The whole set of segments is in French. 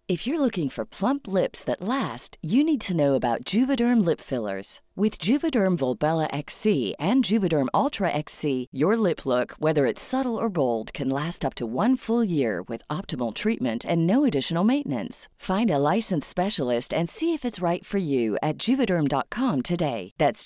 If you're looking for plump lips that last, you need to know about Juvederm lip fillers. With Juvederm Volbella XC and Juvederm Ultra XC, your lip look, whether it's subtle or bold, can last up to 1 full year with optimal treatment and no additional maintenance. Find a licensed specialist and see if it's right for you at Juvederm.com today. That's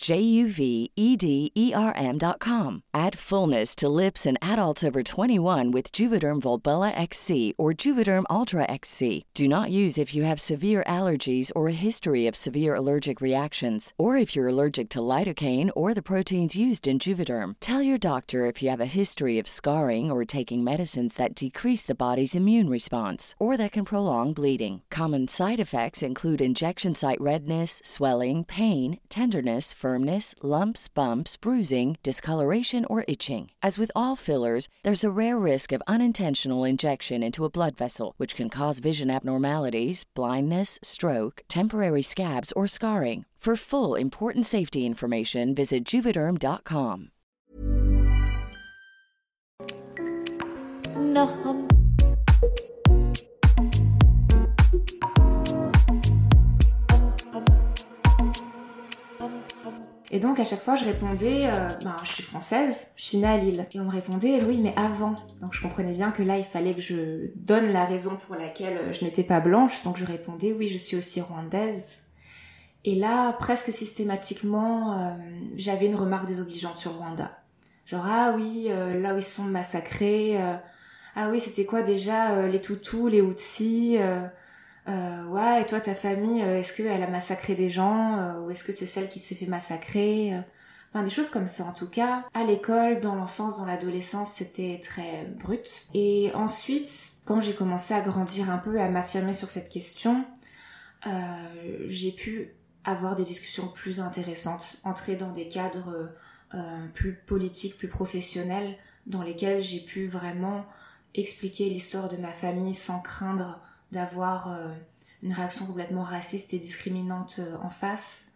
JUVEDERM.com. Add fullness to lips in adults over 21 with Juvederm Volbella XC or Juvederm Ultra XC. Do not use if you have severe allergies or a history of severe allergic reactions, or if you're allergic to lidocaine or the proteins used in Juvederm. Tell your doctor if you have a history of scarring or taking medicines that decrease the body's immune response or that can prolong bleeding. Common side effects include injection site redness, swelling, pain, tenderness, firmness, lumps, bumps, bruising, discoloration, or itching. As with all fillers, there's a rare risk of unintentional injection into a blood vessel, which can cause vision abnormalities, blindness, stroke, temporary scabs, or scarring. For full, important safety information, visit Juvederm.com. No. Et donc à chaque fois je répondais je suis française, je suis née à Lille. Et on me répondait oui mais avant. Donc je comprenais bien que là il fallait que je donne la raison pour laquelle je n'étais pas blanche. Donc je répondais oui je suis aussi rwandaise. Et là presque systématiquement j'avais une remarque désobligeante sur Rwanda. Genre ah oui là où ils sont massacrés, ah oui c'était quoi déjà les Tutsis, les Hutsis, ouais, et toi, ta famille, est-ce qu'elle a massacré des gens ou est-ce que c'est celle qui s'est fait massacrer Enfin, des choses comme ça, en tout cas. À l'école, dans l'enfance, dans l'adolescence, c'était très brut. Et ensuite, quand j'ai commencé à grandir un peu et à m'affirmer sur cette question, j'ai pu avoir des discussions plus intéressantes, entrer dans des cadres plus politiques, plus professionnels, dans lesquels j'ai pu vraiment expliquer l'histoire de ma famille sans craindre d'avoir une réaction complètement raciste et discriminante en face,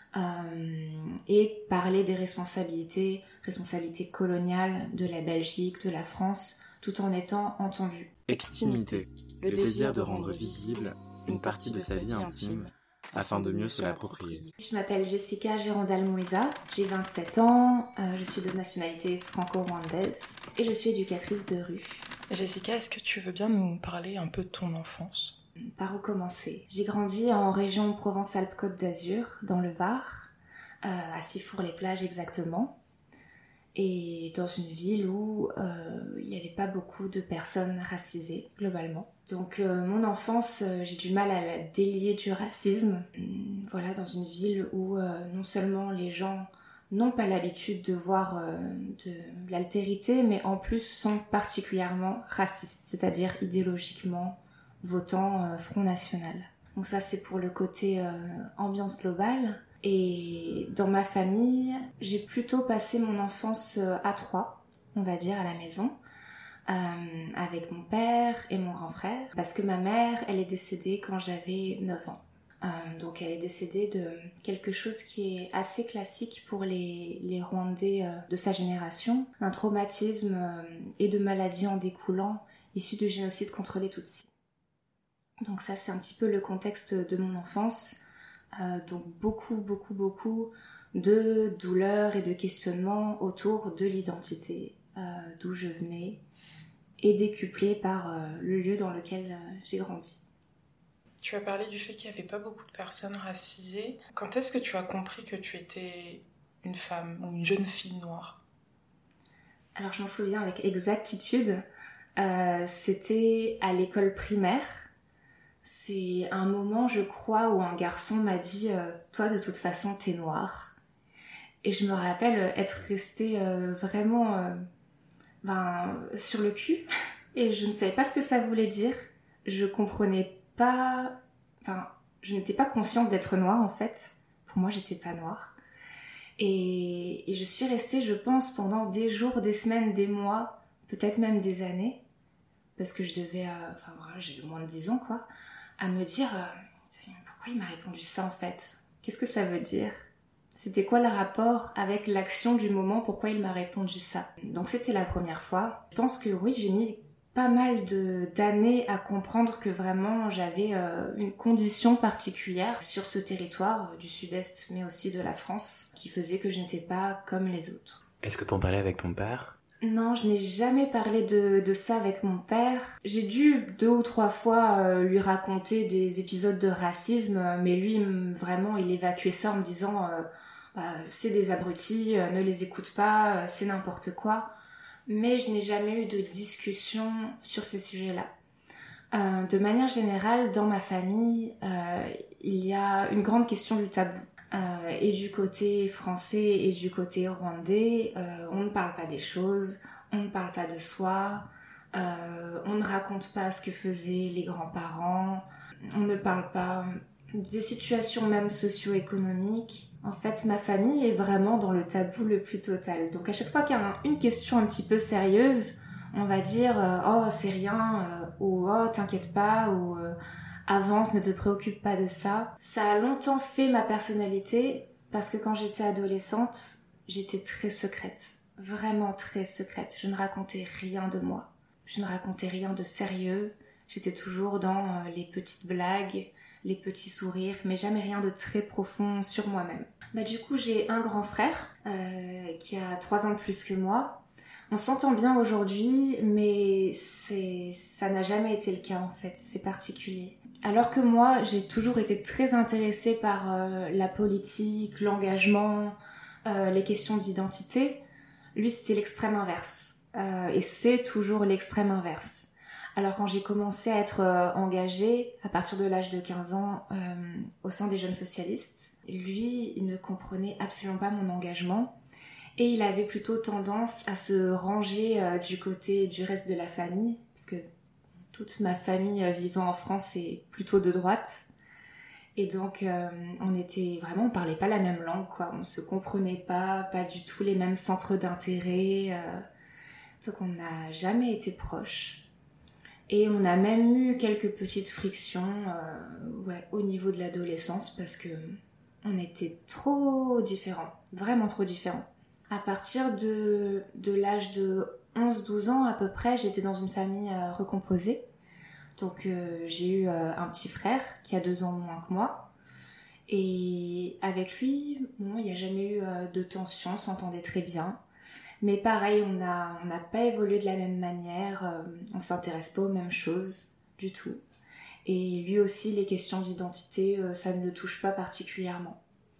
et parler des responsabilités coloniales de la Belgique, de la France, tout en étant entendu. Extimité, le désir de rendre visible une partie de sa vie intime afin de mieux se l'approprier. Je m'appelle Jessica Gérandal-Moïsa, j'ai 27 ans, je suis de nationalité franco-rwandaise et je suis éducatrice de rue. Jessica, est-ce que tu veux bien nous parler un peu de ton enfance ? Par où commencer ? J'ai grandi en région Provence-Alpes-Côte d'Azur, dans le Var, à Sifour-les-Plages exactement, et dans une ville où il n'y avait pas beaucoup de personnes racisées, globalement. Donc mon enfance, j'ai du mal à la délier du racisme. Voilà, dans une ville où non seulement les gens n'ont pas l'habitude de voir de l'altérité, mais en plus sont particulièrement racistes, c'est-à-dire idéologiquement votant Front National. Donc ça c'est pour le côté ambiance globale. Et dans ma famille, j'ai plutôt passé mon enfance à 3, on va dire, à la maison, avec mon père et mon grand frère, parce que ma mère, elle est décédée quand j'avais 9 ans. Donc elle est décédée de quelque chose qui est assez classique pour les Rwandais de sa génération, un traumatisme et de maladies en découlant issus du génocide contre les Tutsis. Donc ça c'est un petit peu le contexte de mon enfance, donc beaucoup de douleurs et de questionnements autour de l'identité, d'où je venais, et décuplé par le lieu dans lequel j'ai grandi. Tu as parlé du fait qu'il n'y avait pas beaucoup de personnes racisées. Quand est-ce que tu as compris que tu étais une femme ou une jeune fille noire ? Alors je m'en souviens avec exactitude, c'était à l'école primaire. C'est un moment, je crois, où un garçon m'a dit « Toi, de toute façon, t'es noire ». Et je me rappelle être restée vraiment sur le cul. Et je ne savais pas ce que ça voulait dire. Je comprenais pas... je n'étais pas consciente d'être noire, en fait. Pour moi, j'étais pas noire. Et je suis restée, je pense, pendant des jours, des semaines, des mois, peut-être même des années, parce que je devais... j'avais moins de 10 ans, quoi, à me dire pourquoi il m'a répondu ça, en fait ? Qu'est-ce que ça veut dire ? C'était quoi le rapport avec l'action du moment ? Pourquoi il m'a répondu ça ? Donc c'était la première fois. Je pense que oui, j'ai mis pas mal d'années à comprendre que vraiment j'avais une condition particulière sur ce territoire du sud-est, mais aussi de la France, qui faisait que je n'étais pas comme les autres. Est-ce que t'en parlais avec ton père ? Non, je n'ai jamais parlé de ça avec mon père. J'ai dû 2 ou 3 fois lui raconter des épisodes de racisme, mais lui, vraiment, il évacuait ça en me disant c'est des abrutis, ne les écoute pas, c'est n'importe quoi. Mais je n'ai jamais eu de discussion sur ces sujets-là. De manière générale, dans ma famille, il y a une grande question du tabou. Et du côté français et du côté rwandais, on ne parle pas des choses, on ne parle pas de soi, on ne raconte pas ce que faisaient les grands-parents, on ne parle pas des situations même socio-économiques. En fait, ma famille est vraiment dans le tabou le plus total. Donc à chaque fois qu'il y a une question un petit peu sérieuse, on va dire oh c'est rien, ou oh t'inquiète pas, ou avance, ne te préoccupe pas de ça. Ça a longtemps fait ma personnalité parce que quand j'étais adolescente, j'étais très secrète. Vraiment très secrète. Je ne racontais rien de moi. Je ne racontais rien de sérieux. J'étais toujours dans les petites blagues, les petits sourires, mais jamais rien de très profond sur moi-même. Du coup, j'ai un grand frère qui a 3 ans de plus que moi. On s'entend bien aujourd'hui, mais ça n'a jamais été le cas en fait, c'est particulier. Alors que moi, j'ai toujours été très intéressée par la politique, l'engagement, les questions d'identité. Lui, c'était l'extrême inverse. Et c'est toujours l'extrême inverse. Alors quand j'ai commencé à être engagée, à partir de l'âge de 15 ans, au sein des jeunes socialistes, lui, il ne comprenait absolument pas mon engagement. Et il avait plutôt tendance à se ranger du côté du reste de la famille, parce que toute ma famille vivant en France est plutôt de droite. Et donc, on parlait pas la même langue, quoi. On se comprenait pas du tout les mêmes centres d'intérêt. Donc, on n'a jamais été proches. Et on a même eu quelques petites frictions, au niveau de l'adolescence, parce que on était trop différents, vraiment trop différents. À partir de l'âge de 11-12 ans à peu près, j'étais dans une famille recomposée. Donc j'ai eu un petit frère qui a 2 ans moins que moi. Et avec lui, il n'y a jamais eu de tension, on s'entendait très bien. Mais pareil, on n'a pas évolué de la même manière, on s'intéresse pas aux mêmes choses du tout. Et lui aussi, les questions d'identité, ça ne le touche pas particulièrement.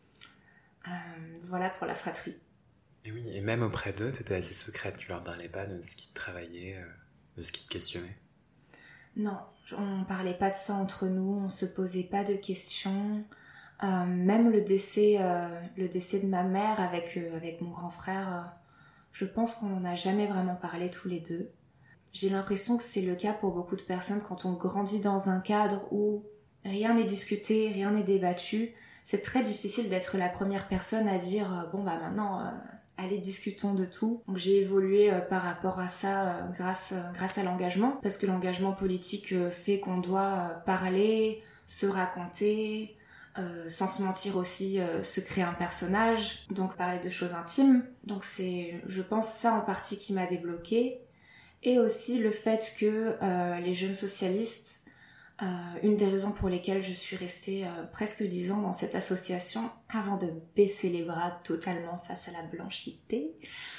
Voilà pour la fratrie. Et oui, et même auprès d'eux, t'étais assez secrète, tu leur parlais pas de ce qui te travaillait, de ce qui te questionnait? Non, on parlait pas de ça entre nous, on se posait pas de questions. Même le décès de ma mère avec mon grand frère, je pense qu'on n'en a jamais vraiment parlé tous les deux. J'ai l'impression que c'est le cas pour beaucoup de personnes quand on grandit dans un cadre où rien n'est discuté, rien n'est débattu. C'est très difficile d'être la première personne à dire maintenant allez discutons de tout. Donc j'ai évolué par rapport à ça grâce à l'engagement, parce que l'engagement politique fait qu'on doit parler, se raconter, sans se mentir aussi, se créer un personnage, donc parler de choses intimes. Donc c'est, je pense, ça en partie qui m'a débloquée. Et aussi le fait que les jeunes socialistes, une des raisons pour lesquelles je suis restée presque 10 ans dans cette association, avant de baisser les bras totalement face à la blanchité,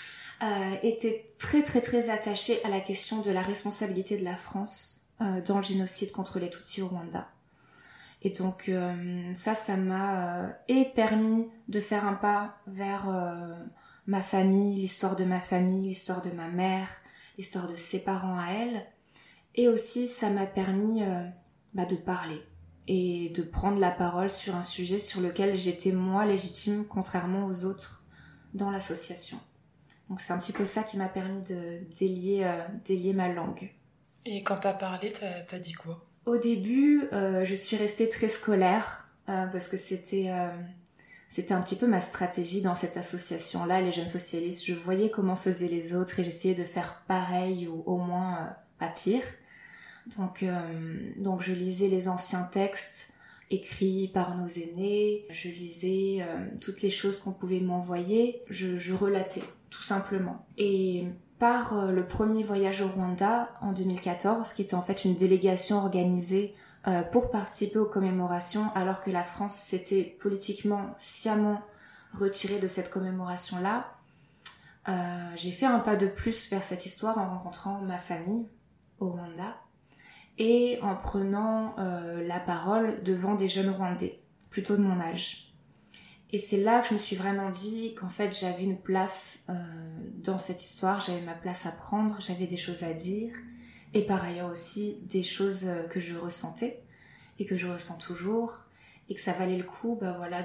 était très très très attachée à la question de la responsabilité de la France dans le génocide contre les Tutsis au Rwanda. Et donc ça m'a permis de faire un pas vers ma famille, l'histoire de ma famille, l'histoire de ma mère, l'histoire de ses parents à elle. Et aussi ça m'a permis de parler et de prendre la parole sur un sujet sur lequel j'étais moi légitime contrairement aux autres dans l'association. Donc c'est un petit peu ça qui m'a permis de délier ma langue. Et quand t'as parlé, t'as dit quoi ? Au début, je suis restée très scolaire parce que c'était un petit peu ma stratégie dans cette association-là, les jeunes socialistes. Je voyais comment faisaient les autres et j'essayais de faire pareil ou au moins pas pire. Donc je lisais les anciens textes écrits par nos aînés, je lisais toutes les choses qu'on pouvait m'envoyer, je relatais tout simplement. Et par le premier voyage au Rwanda en 2014, qui était en fait une délégation organisée pour participer aux commémorations, alors que la France s'était politiquement sciemment retirée de cette commémoration-là. J'ai fait un pas de plus vers cette histoire en rencontrant ma famille au Rwanda et en prenant la parole devant des jeunes Rwandais, plutôt de mon âge. Et c'est là que je me suis vraiment dit qu'en fait j'avais une place dans cette histoire, j'avais ma place à prendre, j'avais des choses à dire et par ailleurs aussi des choses que je ressentais et que je ressens toujours et que ça valait le coup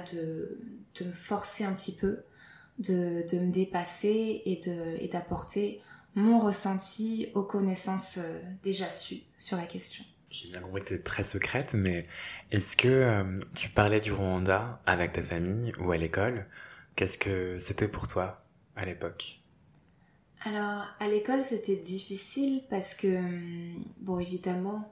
de me forcer un petit peu, de me dépasser et d'apporter mon ressenti aux connaissances déjà sues sur la question. J'ai bien compris que tu es très secrète, mais est-ce que tu parlais du Rwanda avec ta famille ou à l'école? Qu'est-ce que c'était pour toi à l'époque? Alors, à l'école, c'était difficile parce que, bon, évidemment,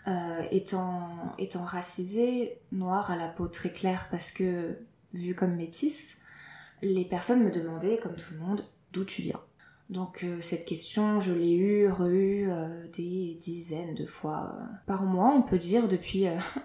étant racisée, noire, à la peau très claire parce que, vue comme métisse, les personnes me demandaient, comme tout le monde, d'où tu viens. Donc cette question, je l'ai re-eue des dizaines de fois par mois, on peut dire, depuis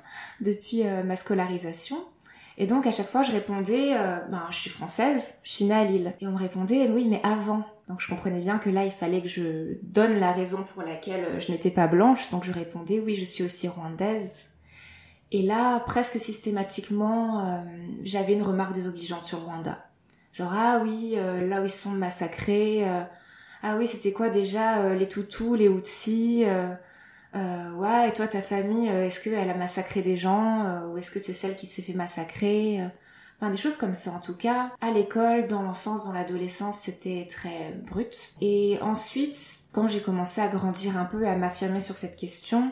ma scolarisation. Et donc à chaque fois, je répondais, je suis française, je suis née à Lille. Et on me répondait, oui, mais avant. Donc je comprenais bien que là, il fallait que je donne la raison pour laquelle je n'étais pas blanche. Donc je répondais, oui, je suis aussi rwandaise. Et là, presque systématiquement, j'avais une remarque désobligeante sur le Rwanda. Genre, ah oui, là où ils sont massacrés, ah oui, c'était quoi déjà, les Tutsis, les Hutsis, ouais, et toi, ta famille, est-ce qu'elle a massacré des gens, ou est-ce que c'est celle qui s'est fait massacrer, enfin, des choses comme ça, en tout cas. À l'école, dans l'enfance, dans l'adolescence, c'était très brut. Et ensuite, quand j'ai commencé à grandir un peu et à m'affirmer sur cette question,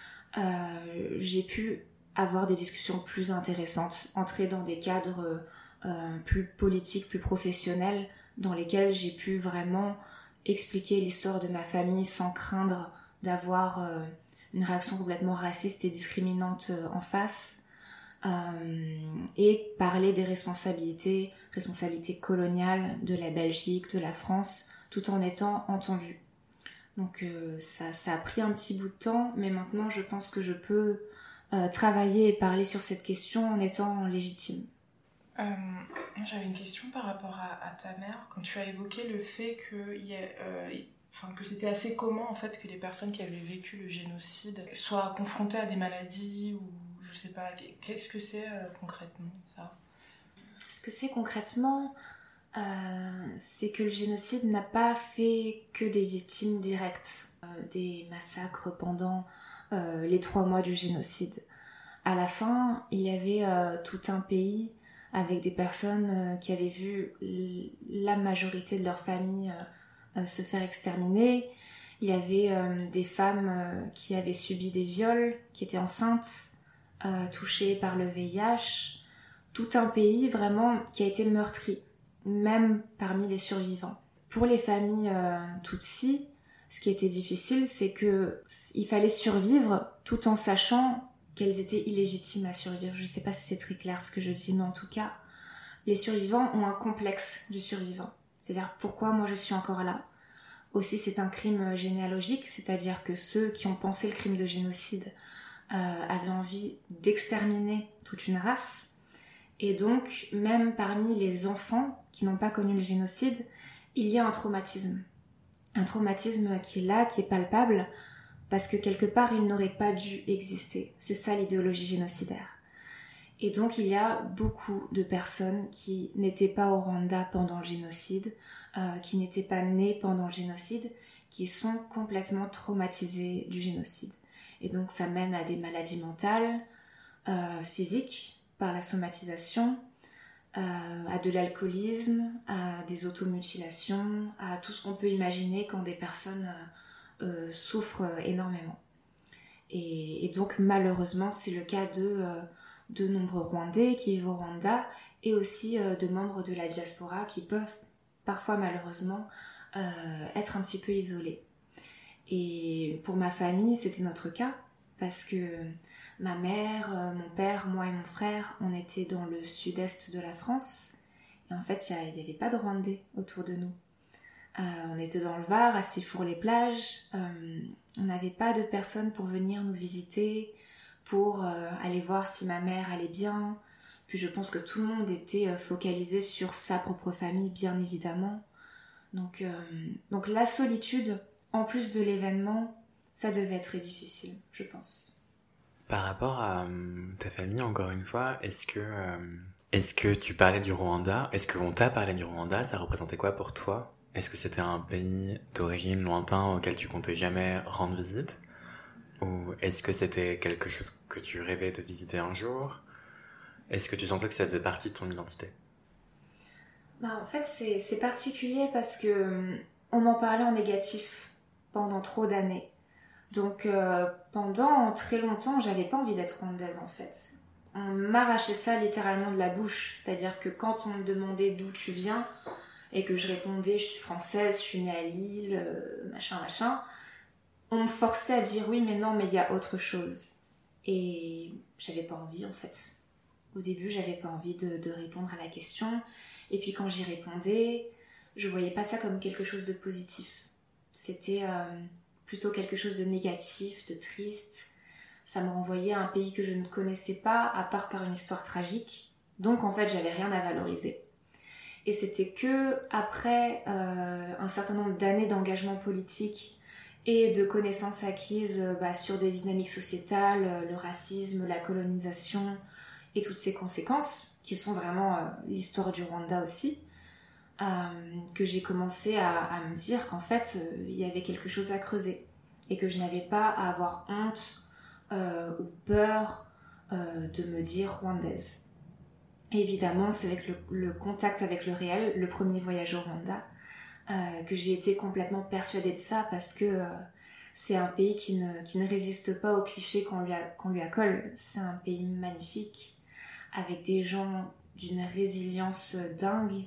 j'ai pu avoir des discussions plus intéressantes, entrer dans des cadres plus politique, plus professionnelle, dans lesquelles j'ai pu vraiment expliquer l'histoire de ma famille sans craindre d'avoir une réaction complètement raciste et discriminante en face, et parler des responsabilités coloniales de la Belgique, de la France, tout en étant entendue. Donc ça a pris un petit bout de temps, mais maintenant je pense que je peux travailler et parler sur cette question en étant légitime. J'avais une question par rapport à ta mère. Quand tu as évoqué le fait que c'était assez commun en fait que les personnes qui avaient vécu le génocide soient confrontées à des maladies ou je sais pas, qu'est-ce que c'est concrètement ça? Ce que c'est concrètement, c'est que le génocide n'a pas fait que des victimes directes, des massacres pendant les 3 mois du génocide. À la fin, il y avait tout un pays avec des personnes qui avaient vu la majorité de leur famille se faire exterminer. Il y avait des femmes qui avaient subi des viols, qui étaient enceintes, touchées par le VIH. Tout un pays vraiment qui a été meurtri, même parmi les survivants. Pour les familles Tutsis, ce qui était difficile, c'est que il fallait survivre tout en sachant qu'elles étaient illégitimes à survivre. Je ne sais pas si c'est très clair ce que je dis, mais en tout cas, les survivants ont un complexe du survivant. C'est-à-dire, pourquoi moi je suis encore là? Aussi, c'est un crime généalogique, c'est-à-dire que ceux qui ont pensé le crime de génocide avaient envie d'exterminer toute une race. Et donc, même parmi les enfants qui n'ont pas connu le génocide, il y a un traumatisme. Un traumatisme qui est là, qui est palpable, parce que quelque part, il n'aurait pas dû exister. C'est ça l'idéologie génocidaire. Et donc, il y a beaucoup de personnes qui n'étaient pas au Rwanda pendant le génocide, qui n'étaient pas nées pendant le génocide, qui sont complètement traumatisées du génocide. Et donc, ça mène à des maladies mentales, physiques, par la somatisation, à de l'alcoolisme, à des automutilations, à tout ce qu'on peut imaginer quand des personnes souffrent énormément. Et donc malheureusement c'est le cas de nombreux Rwandais qui vivent au Rwanda et aussi de membres de la diaspora qui peuvent parfois malheureusement être un petit peu isolés. Et pour ma famille c'était notre cas parce que ma mère, mon père, moi et mon frère, on était dans le sud-est de la France et en fait il n'y avait pas de Rwandais autour de nous. On était dans le Var, à Sifour-les-Plages. On n'avait pas de personnes pour venir nous visiter, pour aller voir si ma mère allait bien. Puis je pense que tout le monde était focalisé sur sa propre famille, bien évidemment. Donc la solitude, en plus de l'événement, ça devait être très difficile, je pense. Par rapport à ta famille, encore une fois, est-ce que tu parlais du Rwanda? Est-ce qu'on t'a parlé du Rwanda? Ça représentait quoi pour toi? Est-ce que c'était un pays d'origine lointain auquel tu comptais jamais rendre visite? Ou est-ce que c'était quelque chose que tu rêvais de visiter un jour? Est-ce que tu sentais que ça faisait partie de ton identité? En fait, c'est particulier parce que on m'en parlait en négatif pendant trop d'années. Donc pendant très longtemps, j'avais pas envie d'être rwandaise en fait. On m'arrachait ça littéralement de la bouche. C'est-à-dire que quand on me demandait d'où tu viens et que je répondais je suis française, je suis née à Lille, machin, on me forçait à dire oui mais non mais il y a autre chose. Et j'avais pas envie en fait. Au début, j'avais pas envie de répondre à la question. Et puis quand j'y répondais, je voyais pas ça comme quelque chose de positif. C'était plutôt quelque chose de négatif, de triste. Ça me renvoyait à un pays que je ne connaissais pas, à part par une histoire tragique. Donc en fait, j'avais rien à valoriser. Et c'était que après un certain nombre d'années d'engagement politique et de connaissances acquises sur des dynamiques sociétales, le racisme, la colonisation et toutes ces conséquences, qui sont vraiment l'histoire du Rwanda aussi, que j'ai commencé à me dire qu'en fait, il y avait quelque chose à creuser et que je n'avais pas à avoir honte ou peur de me dire rwandaise. Et évidemment, c'est avec le contact avec le réel, le premier voyage au Rwanda, que j'ai été complètement persuadée de ça parce que c'est un pays qui ne résiste pas aux clichés qu'on lui accole. C'est un pays magnifique, avec des gens d'une résilience dingue.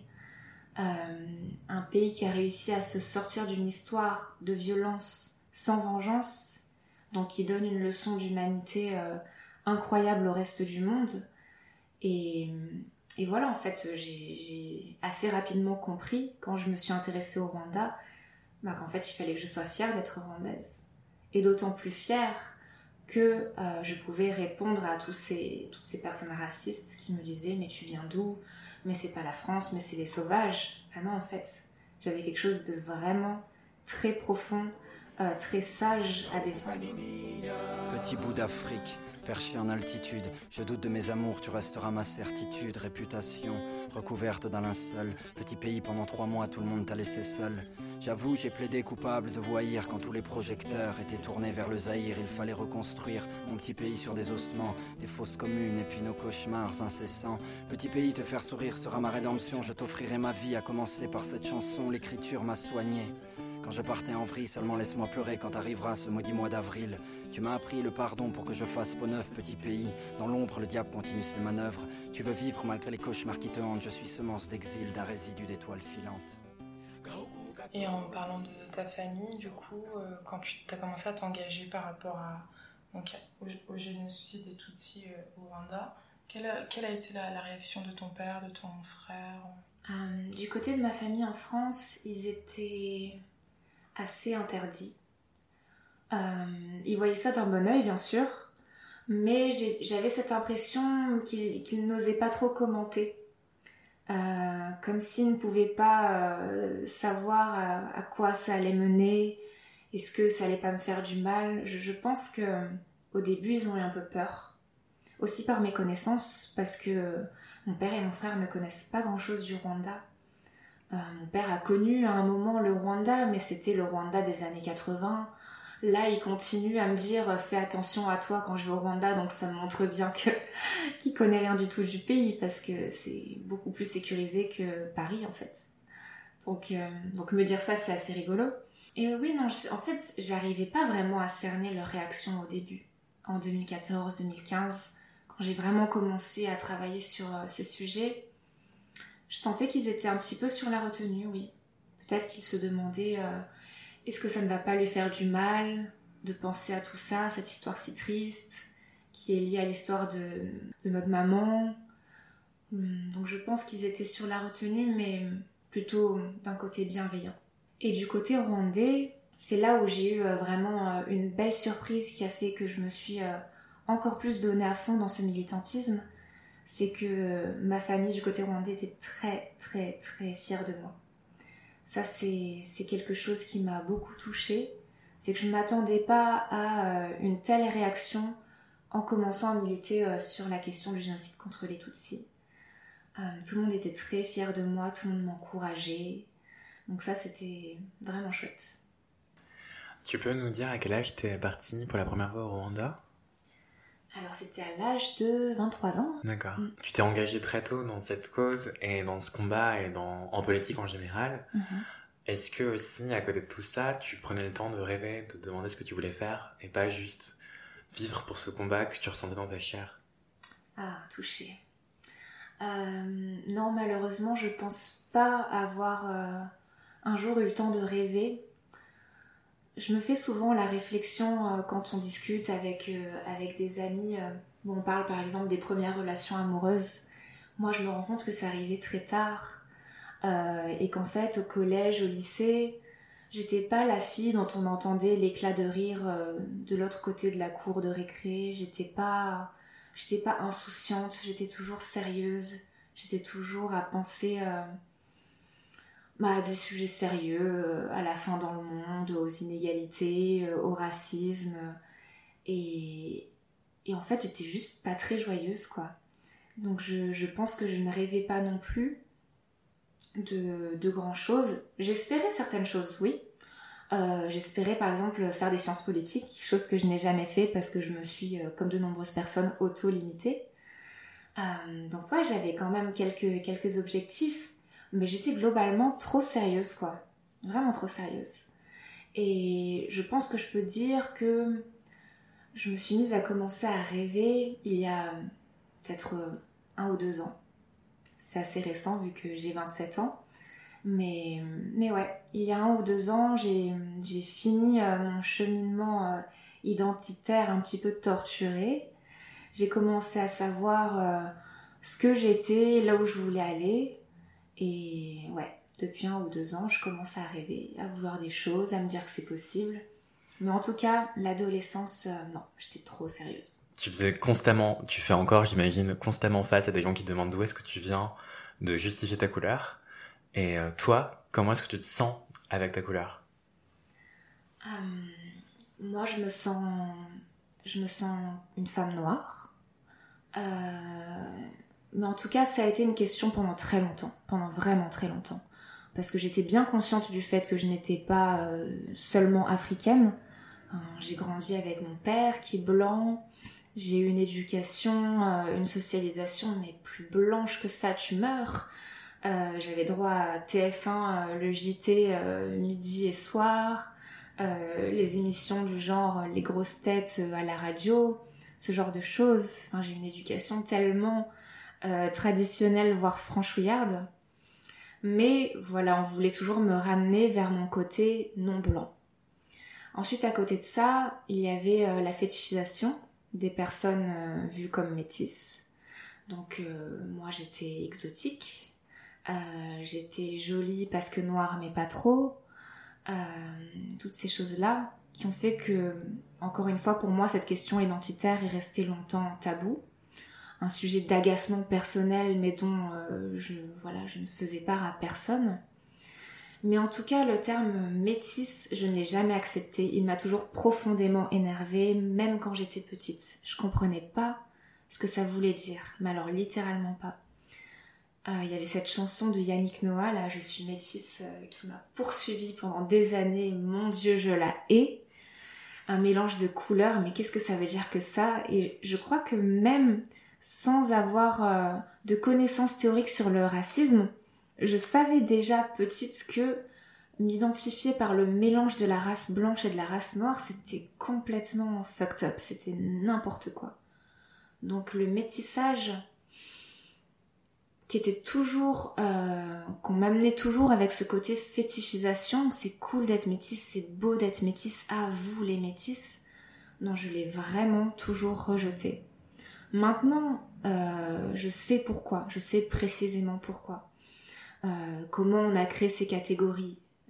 Un pays qui a réussi à se sortir d'une histoire de violence sans vengeance, donc qui donne une leçon d'humanité incroyable au reste du monde. Et voilà, en fait, j'ai assez rapidement compris, quand je me suis intéressée au Rwanda, qu'en fait, il fallait que je sois fière d'être rwandaise. Et d'autant plus fière que je pouvais répondre à toutes ces personnes racistes qui me disaient « mais tu viens d'où ? Mais c'est pas la France, mais c'est les sauvages ». Ah non, en fait, j'avais quelque chose de vraiment très profond, très sage à défendre. Petit bout d'Afrique, perché en altitude, je doute de mes amours, tu resteras ma certitude, réputation recouverte d'un linceul. Petit pays, pendant 3 mois, tout le monde t'a laissé seul. J'avoue, j'ai plaidé coupable de voyir quand tous les projecteurs étaient tournés vers le Zaïre. Il fallait reconstruire mon petit pays sur des ossements, des fosses communes et puis nos cauchemars incessants. Petit pays, te faire sourire sera ma rédemption. Je t'offrirai ma vie, à commencer par cette chanson. L'écriture m'a soigné. Quand je partais en vrille, seulement laisse-moi pleurer quand arrivera ce maudit mois d'avril. Tu m'as appris le pardon pour que je fasse peau neuve, petit pays. Dans l'ombre, le diable continue ses manœuvres. Tu veux vivre malgré les cauchemars qui te hantent. Je suis semence d'exil, d'un résidu d'étoiles filantes. Et en parlant de ta famille, du coup, quand tu as commencé à t'engager par rapport au génocide des Tutsis au Rwanda, quelle a été la réaction de ton père, de ton frère ? Du côté de ma famille en France, ils étaient assez interdits. Ils voyaient ça d'un bon œil, bien sûr, mais j'avais cette impression qu'ils n'osaient pas trop commenter. Comme s'ils ne pouvaient pas savoir à quoi ça allait mener, est-ce que ça allait pas me faire du mal. Je pense que au début ils ont eu un peu peur, aussi par mes connaissances, parce que mon père et mon frère ne connaissent pas grand-chose du Rwanda. Mon père a connu à un moment le Rwanda, mais c'était le Rwanda des années 80. Là, il continue à me dire « fais attention à toi quand je vais au Rwanda », donc ça me montre bien qu'il connaît rien du tout du pays, parce que c'est beaucoup plus sécurisé que Paris, en fait. Donc me dire ça, c'est assez rigolo. Et oui, non, en fait, j'arrivais pas vraiment à cerner leur réaction au début. En 2014-2015, quand j'ai vraiment commencé à travailler sur ces sujets, je sentais qu'ils étaient un petit peu sur la retenue, oui. Peut-être qu'ils se demandaient... est-ce que ça ne va pas lui faire du mal de penser à tout ça, cette histoire si triste, qui est liée à l'histoire de notre maman ? Donc je pense qu'ils étaient sur la retenue, mais plutôt d'un côté bienveillant. Et du côté rwandais, c'est là où j'ai eu vraiment une belle surprise qui a fait que je me suis encore plus donnée à fond dans ce militantisme. C'est que ma famille du côté rwandais était très très très fière de moi. Ça c'est quelque chose qui m'a beaucoup touchée. C'est que je ne m'attendais pas à une telle réaction en commençant à militer sur la question du génocide contre les Tutsis. Tout le monde était très fier de moi, tout le monde m'encourageait. Donc ça, c'était vraiment chouette. Tu peux nous dire à quel âge t'es partie pour la première fois au Rwanda ? Alors c'était à l'âge de 23 ans. D'accord. Tu t'es engagée très tôt dans cette cause et dans ce combat et en politique en général. Est-ce que aussi, à côté de tout ça, tu prenais le temps de rêver, de te demander ce que tu voulais faire et pas juste vivre pour ce combat que tu ressentais dans ta chair ? Ah, touché. Non, malheureusement, je pense pas avoir un jour eu le temps de rêver. Je me fais souvent la réflexion quand on discute avec des amis, où on parle par exemple des premières relations amoureuses. Moi, je me rends compte que ça arrivait très tard et qu'en fait, au collège, au lycée, j'étais pas la fille dont on entendait l'éclat de rire de l'autre côté de la cour de récré. J'étais pas insouciante, j'étais toujours sérieuse, j'étais toujours à penser à des sujets sérieux, à la faim dans le monde, aux inégalités, au racisme. Et en fait, j'étais juste pas très joyeuse, quoi. Donc je pense que je ne rêvais pas non plus de grand chose. J'espérais certaines choses, oui. J'espérais par exemple faire des sciences politiques, chose que je n'ai jamais fait parce que je me suis, comme de nombreuses personnes, auto-limitée. Donc ouais, j'avais quand même quelques objectifs, mais j'étais globalement trop sérieuse, quoi. Vraiment trop sérieuse. Et je pense que je peux dire que je me suis mise à commencer à rêver il y a peut-être 1 ou 2 ans. C'est assez récent vu que j'ai 27 ans. Mais ouais, il y a 1 ou 2 ans, j'ai fini mon cheminement identitaire un petit peu torturé. J'ai commencé à savoir ce que j'étais, là où je voulais aller. Et ouais, depuis 1 ou 2 ans, je commence à rêver, à vouloir des choses, à me dire que c'est possible. Mais en tout cas, l'adolescence, non, j'étais trop sérieuse. Tu fais encore, j'imagine, constamment face à des gens qui te demandent d'où est-ce que tu viens, de justifier ta couleur. Et toi, comment est-ce que tu te sens avec ta couleur ? Moi, je me sens une femme noire. Mais en tout cas, ça a été une question pendant très longtemps, pendant vraiment très longtemps. Parce que j'étais bien consciente du fait que je n'étais pas seulement africaine. J'ai grandi avec mon père qui est blanc. J'ai eu une éducation, une socialisation, mais plus blanche que ça, tu meurs. J'avais droit à TF1, le JT midi et soir, les émissions du genre les grosses têtes à la radio, ce genre de choses. Enfin, j'ai eu une éducation tellement traditionnelle, voire franchouillarde. Mais voilà, on voulait toujours me ramener vers mon côté non blanc. Ensuite, à côté de ça, il y avait la fétichisation des personnes vues comme métisses. Donc moi, j'étais exotique. J'étais jolie parce que noire mais pas trop. Toutes ces choses-là qui ont fait que, encore une fois, pour moi, cette question identitaire est restée longtemps tabou. Un sujet d'agacement personnel, mais dont je ne faisais part à personne. Mais en tout cas, le terme métisse, je ne l'ai jamais accepté. Il m'a toujours profondément énervée, même quand j'étais petite. Je comprenais pas ce que ça voulait dire, mais alors littéralement pas. Il y avait cette chanson de Yannick Noah, là, Je suis métisse, qui m'a poursuivie pendant des années. Mon Dieu, je la hais. Un mélange de couleurs, mais qu'est-ce que ça veut dire que ça ? Et je crois que même sans avoir de connaissances théoriques sur le racisme, je savais déjà petite que m'identifier par le mélange de la race blanche et de la race noire, c'était complètement fucked up, c'était n'importe quoi. Donc le métissage qui était toujours, qu'on m'amenait toujours avec ce côté fétichisation, c'est cool d'être métisse, c'est beau d'être métisse, ah vous les métisses, non, je l'ai vraiment toujours rejeté. Maintenant, je sais pourquoi, je sais précisément pourquoi. Comment on a créé ces catégories,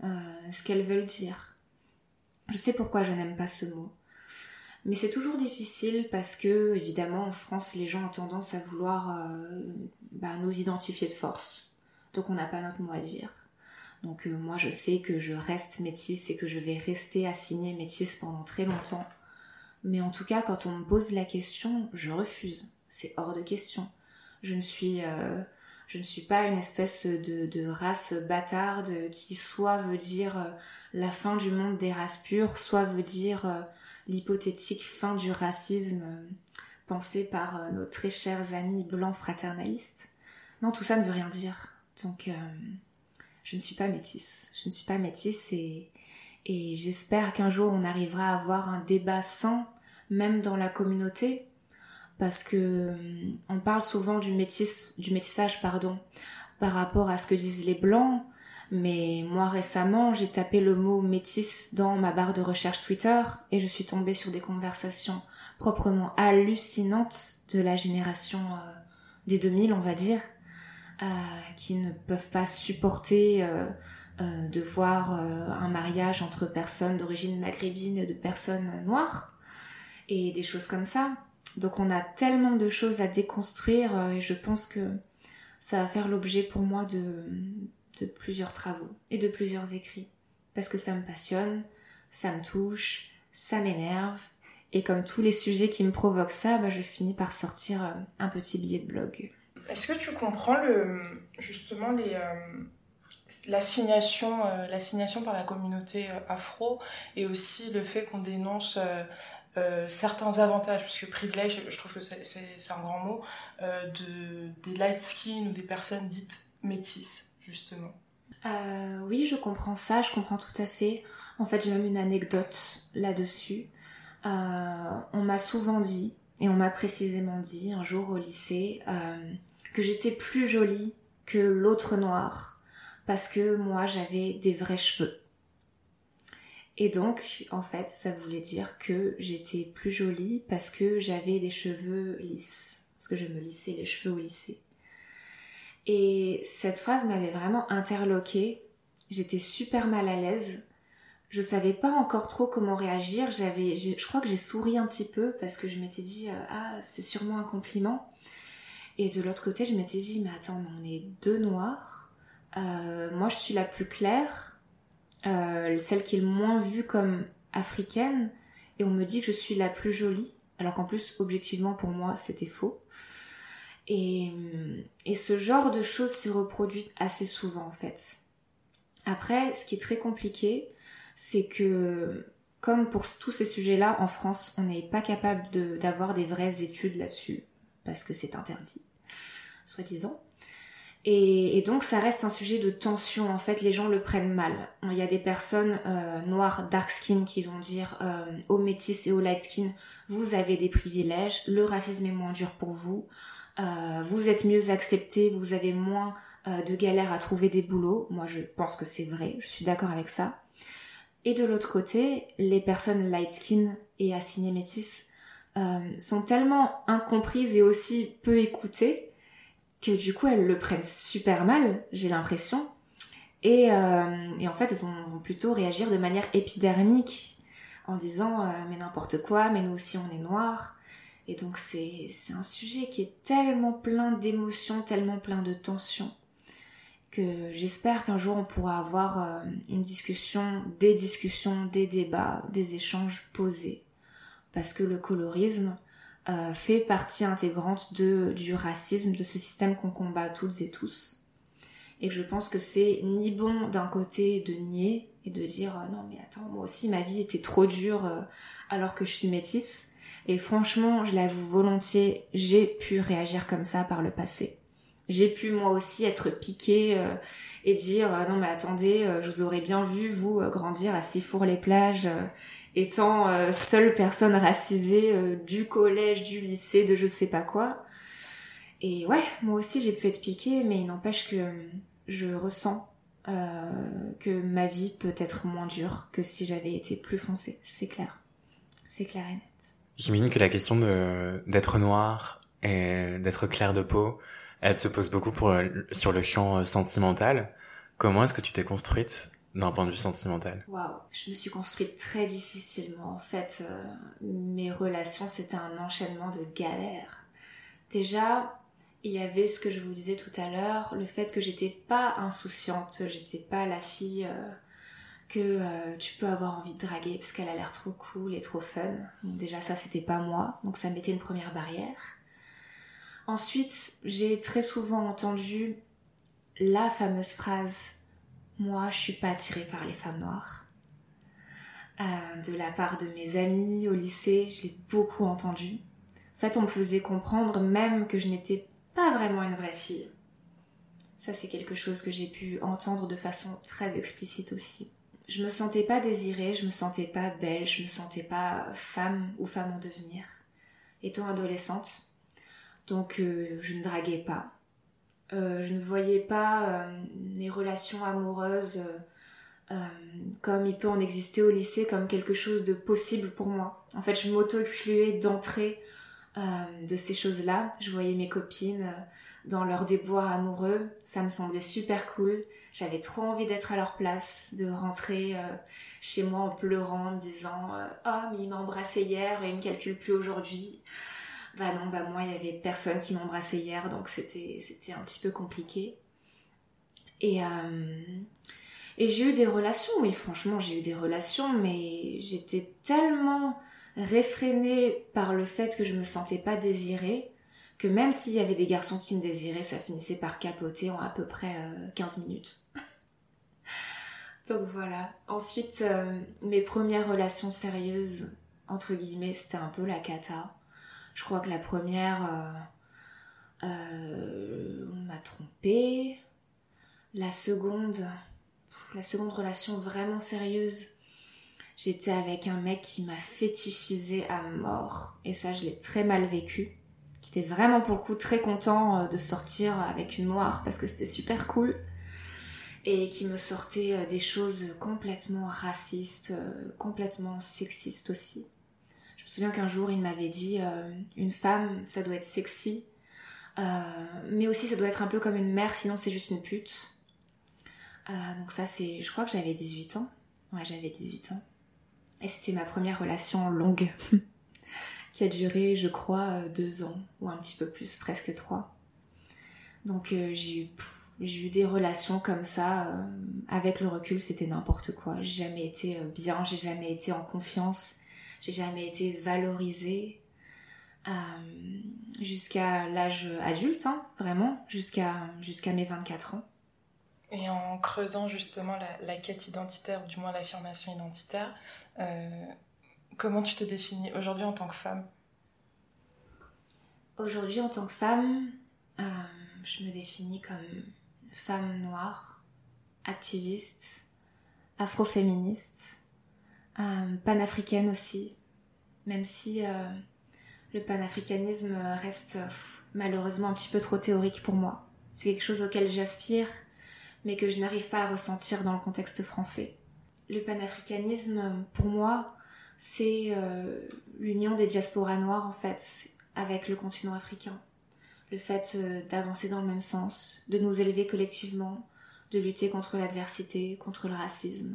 ce qu'elles veulent dire. Je sais pourquoi je n'aime pas ce mot. Mais c'est toujours difficile parce que, évidemment, en France, les gens ont tendance à vouloir nous identifier de force. Donc on n'a pas notre mot à dire. Donc moi, je sais que je reste métisse et que je vais rester assignée métisse pendant très longtemps. Mais en tout cas, quand on me pose la question, je refuse. C'est hors de question. Je ne suis pas une espèce de race bâtarde qui soit veut dire la fin du monde des races pures, soit veut dire l'hypothétique fin du racisme pensé par nos très chers amis blancs fraternalistes. Non, tout ça ne veut rien dire. Donc, je ne suis pas métisse. Je ne suis pas métisse et j'espère qu'un jour on arrivera à avoir un débat sain, même dans la communauté, parce que on parle souvent du métissage, par rapport à ce que disent les blancs, mais moi récemment j'ai tapé le mot métisse dans ma barre de recherche Twitter et je suis tombée sur des conversations proprement hallucinantes de la génération des 2000, on va dire, qui ne peuvent pas supporter de voir un mariage entre personnes d'origine maghrébine et de personnes noires et des choses comme ça. Donc on a tellement de choses à déconstruire et je pense que ça va faire l'objet pour moi de plusieurs travaux et de plusieurs écrits. Parce que ça me passionne, ça me touche, ça m'énerve. Et comme tous les sujets qui me provoquent ça, je finis par sortir un petit billet de blog. Est-ce que tu comprends l'assignation par la communauté afro et aussi le fait qu'on dénonce certains avantages, parce que privilège, je trouve que c'est un grand mot, des light skin ou des personnes dites métisses, justement. Oui, je comprends ça, je comprends tout à fait. En fait, j'ai même une anecdote là-dessus. On m'a souvent dit, et on m'a précisément dit un jour au lycée, que j'étais plus jolie que l'autre noire, parce que moi j'avais des vrais cheveux. Et donc, en fait, ça voulait dire que j'étais plus jolie parce que j'avais des cheveux lisses, parce que je me lissais les cheveux au lycée. Et cette phrase m'avait vraiment interloquée, j'étais super mal à l'aise, je savais pas encore trop comment réagir, je crois que j'ai souri un petit peu parce que je m'étais dit c'est sûrement un compliment. Et de l'autre côté, je m'étais dit, mais attends, on est deux noirs. Moi, je suis la plus claire, celle qui est le moins vue comme africaine. Et on me dit que je suis la plus jolie. Alors qu'en plus, objectivement, pour moi, c'était faux. Et ce genre de choses s'est reproduit assez souvent, en fait. Après, ce qui est très compliqué, c'est que, comme pour tous ces sujets-là, en France, on n'est pas capable d'avoir des vraies études là-dessus. Parce que c'est interdit, soi-disant. Et donc ça reste un sujet de tension, en fait, les gens le prennent mal. Il y a des personnes noires, dark skin, qui vont dire aux métis et aux light skin, vous avez des privilèges, le racisme est moins dur pour vous, vous êtes mieux acceptés, vous avez moins de galères à trouver des boulots. Moi je pense que c'est vrai, je suis d'accord avec ça. Et de l'autre côté, les personnes light skin et assignées métis sont tellement incomprises et aussi peu écoutées que du coup elles le prennent super mal, j'ai l'impression, et en fait elles vont plutôt réagir de manière épidermique en disant mais n'importe quoi, mais nous aussi on est noirs. Et donc c'est un sujet qui est tellement plein d'émotions, tellement plein de tensions, que j'espère qu'un jour on pourra avoir une discussion, des débats, des échanges posés. Parce que le colorisme fait partie intégrante du racisme, de ce système qu'on combat toutes et tous. Et que je pense que c'est ni bon d'un côté de nier et de dire non mais attends, moi aussi ma vie était trop dure alors que je suis métisse. Et franchement, je l'avoue volontiers, j'ai pu réagir comme ça par le passé. J'ai pu moi aussi être piquée et dire non mais attendez, je vous aurais bien vu vous grandir à Sifour-les-Plages étant seule personne racisée du collège, du lycée, de je sais pas quoi. Et ouais, moi aussi j'ai pu être piquée, mais il n'empêche que je ressens que ma vie peut être moins dure que si j'avais été plus foncée, c'est clair. C'est clair et net. J'imagine que la question d'être noire et d'être clair de peau, elle se pose beaucoup sur le champ sentimental. Comment est-ce que tu t'es construite d'un point de vue sentimental? Waouh, je me suis construite très difficilement. En fait, mes relations, c'était un enchaînement de galères. Déjà, il y avait ce que je vous disais tout à l'heure, le fait que j'étais pas insouciante, j'étais pas la fille que tu peux avoir envie de draguer parce qu'elle a l'air trop cool et trop fun. Donc déjà ça, c'était pas moi, donc ça mettait une première barrière. Ensuite, j'ai très souvent entendu la fameuse phrase « Moi, je suis pas attirée par les femmes noires ». De la part de mes amis au lycée, je l'ai beaucoup entendu. En fait, on me faisait comprendre même que je n'étais pas vraiment une vraie fille. Ça, c'est quelque chose que j'ai pu entendre de façon très explicite aussi. Je me sentais pas désirée, je me sentais pas belle, je me sentais pas femme ou femme en devenir. Étant adolescente, donc je ne draguais pas. Je ne voyais pas les relations amoureuses comme il peut en exister au lycée, comme quelque chose de possible pour moi. En fait, je m'auto-excluais d'entrée de ces choses-là. Je voyais mes copines dans leur déboire amoureux, ça me semblait super cool. J'avais trop envie d'être à leur place, de rentrer chez moi en pleurant, en me disant « Oh, mais il m'a embrassé hier et il me calcule plus aujourd'hui ». Bah non, bah moi, il y avait personne qui m'embrassait hier, donc c'était un petit peu compliqué. Et j'ai eu des relations, oui, franchement, j'ai eu des relations, mais j'étais tellement réfrénée par le fait que je me sentais pas désirée, que même s'il y avait des garçons qui me désiraient, ça finissait par capoter en à peu près 15 minutes. Donc voilà. Ensuite, mes premières relations sérieuses, entre guillemets, c'était un peu la cata. Je crois que la première, on m'a trompée. La seconde relation vraiment sérieuse, j'étais avec un mec qui m'a fétichisée à mort. Et ça, je l'ai très mal vécu. Qui était vraiment pour le coup très content de sortir avec une noire parce que c'était super cool. Et qui me sortait des choses complètement racistes, complètement sexistes aussi. Je me souviens qu'un jour, il m'avait dit une femme, ça doit être sexy, mais aussi ça doit être un peu comme une mère, sinon c'est juste une pute. Donc ça, je crois que j'avais 18 ans. Ouais, j'avais 18 ans. Et c'était ma première relation longue, qui a duré, je crois, 2 ans, ou un petit peu plus, presque 3. Donc j'ai eu des relations comme ça. Avec le recul, c'était n'importe quoi. J'ai jamais été bien, j'ai jamais été en confiance. J'ai jamais été valorisée jusqu'à l'âge adulte, hein, vraiment, jusqu'à mes 24 ans. Et en creusant justement la quête identitaire, ou du moins l'affirmation identitaire, comment tu te définis aujourd'hui en tant que femme ? Aujourd'hui, en tant que femme, je me définis comme femme noire, activiste, afroféministe, panafricaine aussi, même si le panafricanisme reste malheureusement un petit peu trop théorique pour moi. C'est quelque chose auquel j'aspire, mais que je n'arrive pas à ressentir dans le contexte français. Le panafricanisme, pour moi, c'est l'union des diasporas noires, en fait, avec le continent africain. Le fait d'avancer dans le même sens, de nous élever collectivement, de lutter contre l'adversité, contre le racisme,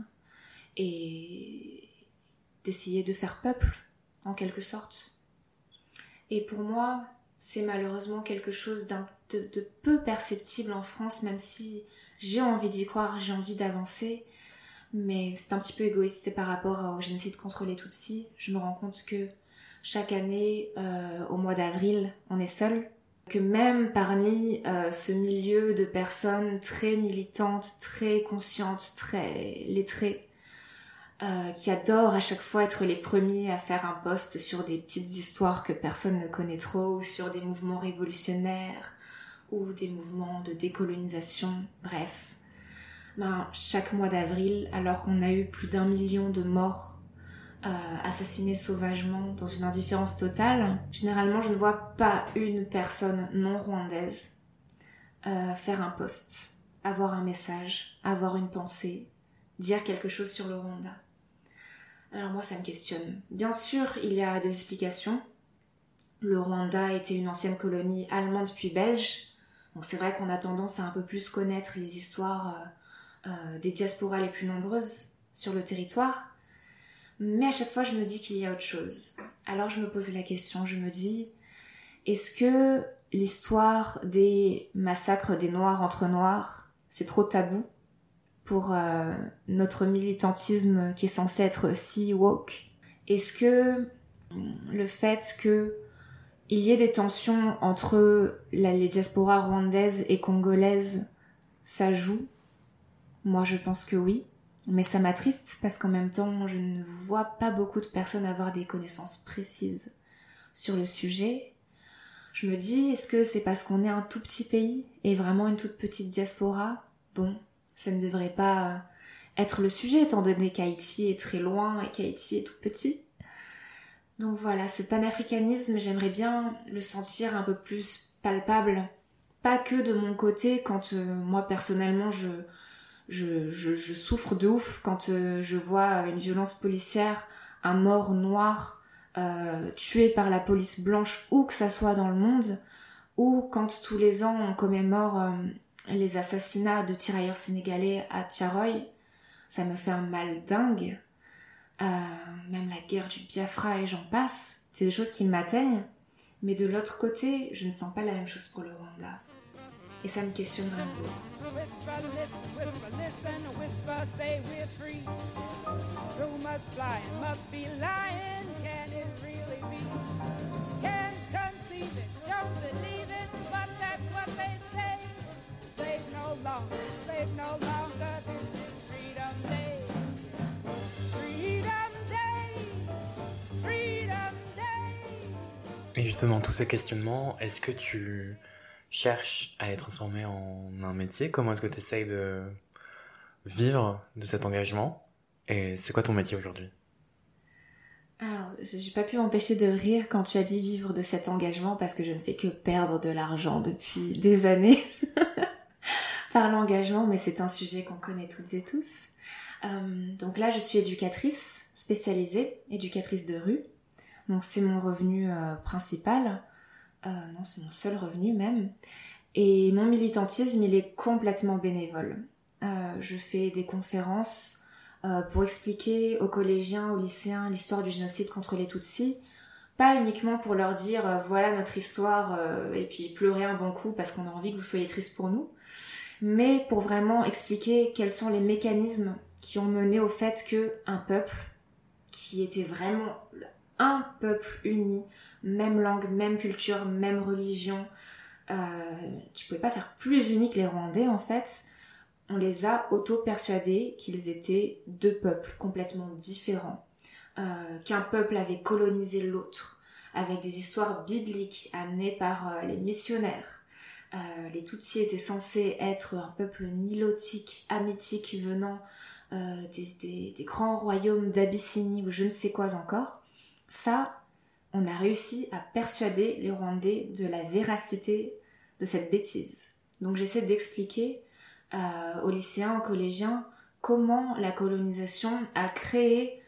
et d'essayer de faire peuple, en quelque sorte. Et pour moi, c'est malheureusement quelque chose de peu perceptible en France, même si j'ai envie d'y croire, j'ai envie d'avancer, mais c'est un petit peu égoïste, c'est par rapport au génocide contre les Tutsis. Je me rends compte que chaque année, au mois d'avril, on est seul, que même parmi ce milieu de personnes très militantes, très conscientes, très lettrées, qui adorent à chaque fois être les premiers à faire un post sur des petites histoires que personne ne connaît trop, ou sur des mouvements révolutionnaires, ou des mouvements de décolonisation, bref. Chaque mois d'avril, alors qu'on a eu plus d'1 million de morts assassinés sauvagement dans une indifférence totale, généralement je ne vois pas une personne non rwandaise faire un post, avoir un message, avoir une pensée, dire quelque chose sur le Rwanda. Alors moi, ça me questionne. Bien sûr, il y a des explications. Le Rwanda était une ancienne colonie allemande puis belge. Donc c'est vrai qu'on a tendance à un peu plus connaître les histoires des diasporas les plus nombreuses sur le territoire. Mais à chaque fois, je me dis qu'il y a autre chose. Alors je me pose la question, je me dis, est-ce que l'histoire des massacres des Noirs entre Noirs, c'est trop tabou pour notre militantisme qui est censé être si woke? Est-ce que le fait qu'il y ait des tensions entre les diasporas rwandaises et congolaises, ça joue? Moi, je pense que oui. Mais ça m'attriste parce qu'en même temps, je ne vois pas beaucoup de personnes avoir des connaissances précises sur le sujet. Je me dis, est-ce que c'est parce qu'on est un tout petit pays et vraiment une toute petite diaspora? Bon, ça ne devrait pas être le sujet étant donné qu'Haïti est très loin et qu'Haïti est tout petit. Donc voilà, ce panafricanisme, j'aimerais bien le sentir un peu plus palpable. Pas que de mon côté, quand moi personnellement je souffre de ouf quand je vois une violence policière, un mort noir tué par la police blanche, où que ça soit dans le monde, ou quand tous les ans on commémore les assassinats de tirailleurs sénégalais à Tiaroy. Ça me fait un mal dingue. Même la guerre du Biafra et j'en passe, c'est des choses qui m'atteignent, mais de l'autre côté, je ne sens pas la même chose pour le Rwanda. Et ça me questionne vraiment. Et justement, tous ces questionnements, est-ce que tu cherches à les transformer en un métier? Comment est-ce que tu essayes de vivre de cet engagement? Et c'est quoi ton métier aujourd'hui? Alors, j'ai pas pu m'empêcher de rire quand tu as dit vivre de cet engagement parce que je ne fais que perdre de l'argent depuis des années par l'engagement, mais c'est un sujet qu'on connaît toutes et tous. Donc là, je suis éducatrice spécialisée, éducatrice de rue. Donc c'est mon revenu principal. Non, c'est mon seul revenu même. Et mon militantisme, il est complètement bénévole. Je fais des conférences pour expliquer aux collégiens, aux lycéens l'histoire du génocide contre les Tutsis. Pas uniquement pour leur dire voilà notre histoire et puis pleurer un bon coup parce qu'on a envie que vous soyez tristes pour nous. Mais pour vraiment expliquer quels sont les mécanismes qui ont mené au fait qu'un peuple qui était vraiment un peuple uni, même langue, même culture, même religion, tu pouvais pas faire plus uni que les Rwandais en fait. On les a auto-persuadés qu'ils étaient deux peuples complètement différents, qu'un peuple avait colonisé l'autre, avec des histoires bibliques amenées par les missionnaires. Les Tutsis étaient censés être un peuple nilotique, hamitique, venant des grands royaumes d'Abyssinie ou je ne sais quoi encore. Ça, on a réussi à persuader les Rwandais de la véracité de cette bêtise. Donc j'essaie d'expliquer aux lycéens, aux collégiens, comment la colonisation a créé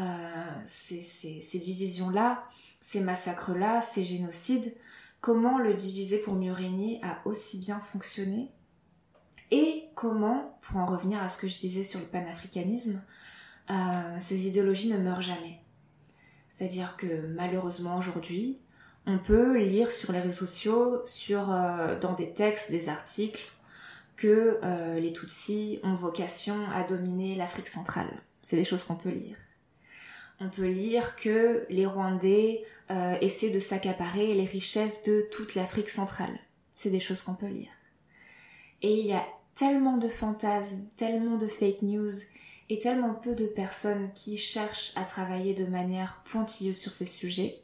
ces divisions-là, ces massacres-là, ces génocides, comment le diviser pour mieux régner a aussi bien fonctionné, et comment, pour en revenir à ce que je disais sur le panafricanisme, ces idéologies ne meurent jamais. C'est-à-dire que malheureusement aujourd'hui, on peut lire sur les réseaux sociaux, dans des textes, des articles, que les Tutsis ont vocation à dominer l'Afrique centrale. C'est des choses qu'on peut lire. On peut lire que les Rwandais essaient de s'accaparer les richesses de toute l'Afrique centrale. C'est des choses qu'on peut lire. Et il y a tellement de fantasmes, tellement de fake news et tellement peu de personnes qui cherchent à travailler de manière pointilleuse sur ces sujets